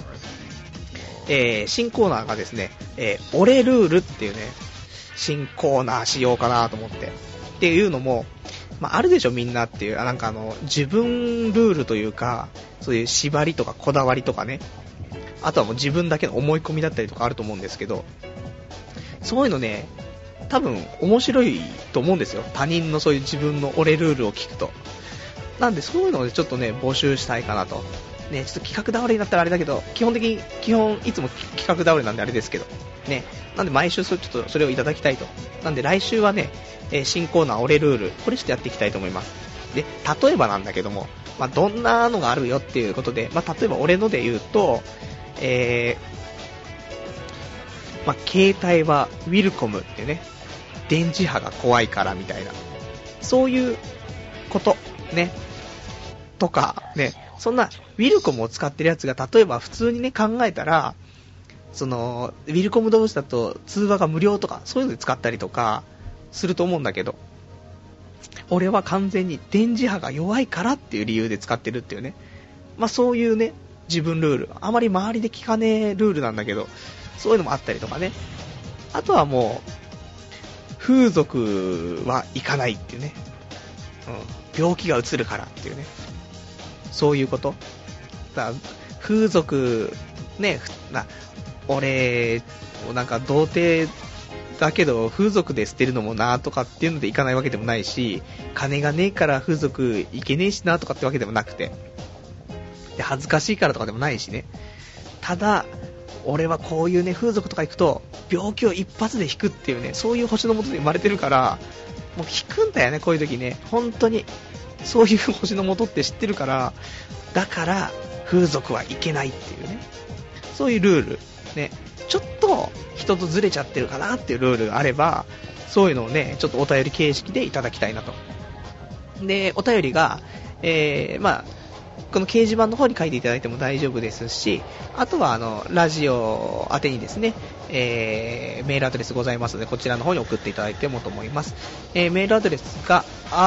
ーがですね、俺ルールっていうね新コーナーしようかなと思って。っていうのもまあ、あるでしょみんなっていう、なんか自分ルールというか、そういう縛りとかこだわりとかね、あとはもう自分だけの思い込みだったりとかあると思うんですけど、そういうのね、多分面白いと思うんですよ。他人のそういう自分の俺ルールを聞くと。なんでそういうのをちょっとね、募集したいかなと。ね、ちょっと企画倒れになったらあれだけど、基本いつも企画倒れなんであれですけど、ね、なんで毎週ちょっとそれをいただきたいと。なんで来週はね、新コーナー俺ルール、これちょっとやっていきたいと思います。で、例えばなんだけども、まあ、どんなのがあるよっていうことで、まあ、例えば俺ので言うと、まあ、携帯はウィルコムってね、電磁波が怖いからみたいな、そういうことね、とかね、そんなウィルコムを使ってるやつが例えば普通にね考えたら、そのウィルコム同士だと通話が無料とかそういうので使ったりとかすると思うんだけど、俺は完全に電磁波が弱いからっていう理由で使ってるっていうね、まあそういうね自分ルール、あまり周りで聞かねえルールなんだけど、そういうのもあったりとかね。あとはもう風俗は行かないっていうね、病気がうつるからっていうね、そういうこと。だから風俗ね、俺なんか童貞だけど風俗で捨てるのもなとかっていうので行かないわけでもないし、金がねえから風俗行けねえしなとかってわけでもなくて、で恥ずかしいからとかでもないしね。ただ俺はこういうね風俗とか行くと病気を一発で引くっていうね、そういう星の下で生まれてるから、もう引くんだよね、こういう時ね。本当にそういう星の下って知ってるから、だから風俗はいけないっていうね、そういうルールね。ちょっと人とずれちゃってるかなっていうルールがあれば、そういうのをねちょっとお便り形式でいただきたいなと。でお便りが、まあこの掲示板の方に書いていただいても大丈夫ですし、あとはラジオ宛てにですね、メールアドレスございますので、こちらの方に送っていただいてもと思います。メールアドレスが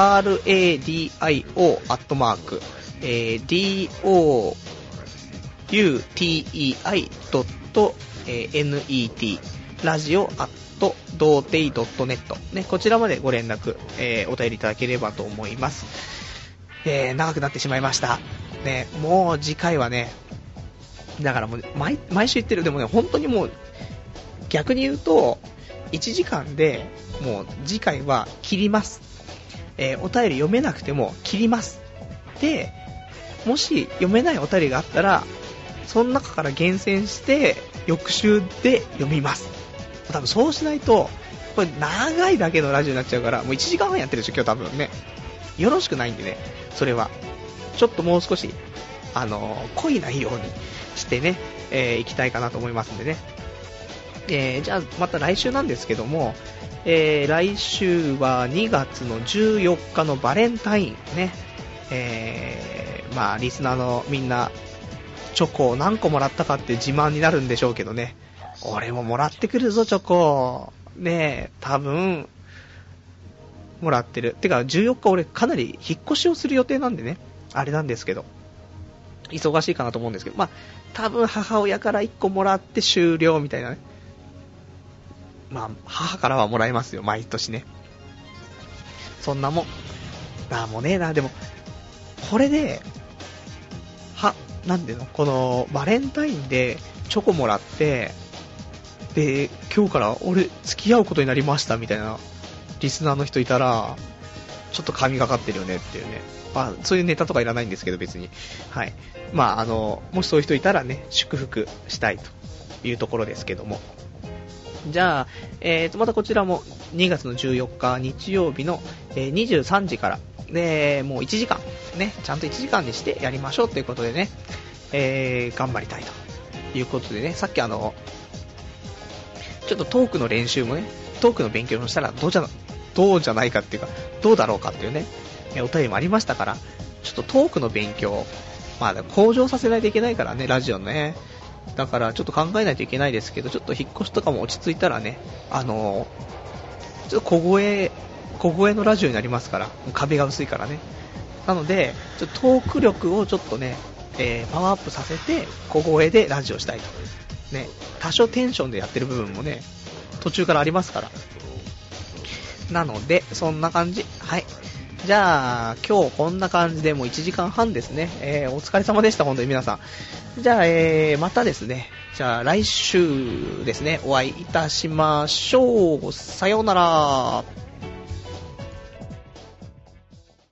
radio.doutei.net ラジオ@doutei.net ね、こちらまでご連絡、お便りいただければと思います。長くなってしまいましたね。もう次回はね、だからもう 毎週言ってる。でもね、本当にもう逆に言うと1時間でもう次回は切ります。お便り読めなくても切ります。でもし読めないお便りがあったら、その中から厳選して翌週で読みます。多分そうしないとこれ長いだけのラジオになっちゃうから、もう1時間半やってるでしょ今日多分ね。よろしくないんでね、それはちょっともう少し濃い内容にしてね、いきたいかなと思いますんでね。じゃあまた来週なんですけども、来週は2月の14日のバレンタインね、まあリスナーのみんなチョコを何個もらったかって自慢になるんでしょうけどね、俺ももらってくるぞチョコね、多分もらってる。てか14日俺かなり引っ越しをする予定なんでね、あれなんですけど、忙しいかなと思うんですけど、まあ多分母親から1個もらって終了みたいなね。まあ母からはもらえますよ毎年ね。そんなもんなんもねえな。でもこれでなんでのこのバレンタインでチョコもらって、で今日から俺付き合うことになりましたみたいなリスナーの人いたら、ちょっと神がかってるよねっていうね。まあそういうネタとかいらないんですけど別に、はい。まあもしそういう人いたらね、祝福したいというところですけども、じゃあまたこちらも2月の14日日曜日の、23時からで、もう1時間ね、ちゃんと1時間にしてやりましょうということでね、頑張りたいということでね、さっきちょっとトークの練習もね、トークの勉強もしたらどうじゃないかっていうか、どうだろうかっていうね、お便りもありましたから、ちょっとトークの勉強、まあ向上させないといけないからね、ラジオね。だからちょっと考えないといけないですけど、ちょっと引っ越しとかも落ち着いたらね、ちょっと小声のラジオになりますから、壁が薄いからね。なのでちょっとトーク力をちょっとね、パワーアップさせて小声でラジオしたいとね。多少テンションでやってる部分もね途中からありますから。なのでそんな感じ。はい。 じゃあ、今日こんな感じでもう1時間半ですね。お疲れ様でした、本当に皆さん。じゃあ、またですね。じゃあ、来週ですね、お会いいたしましょう。さようなら。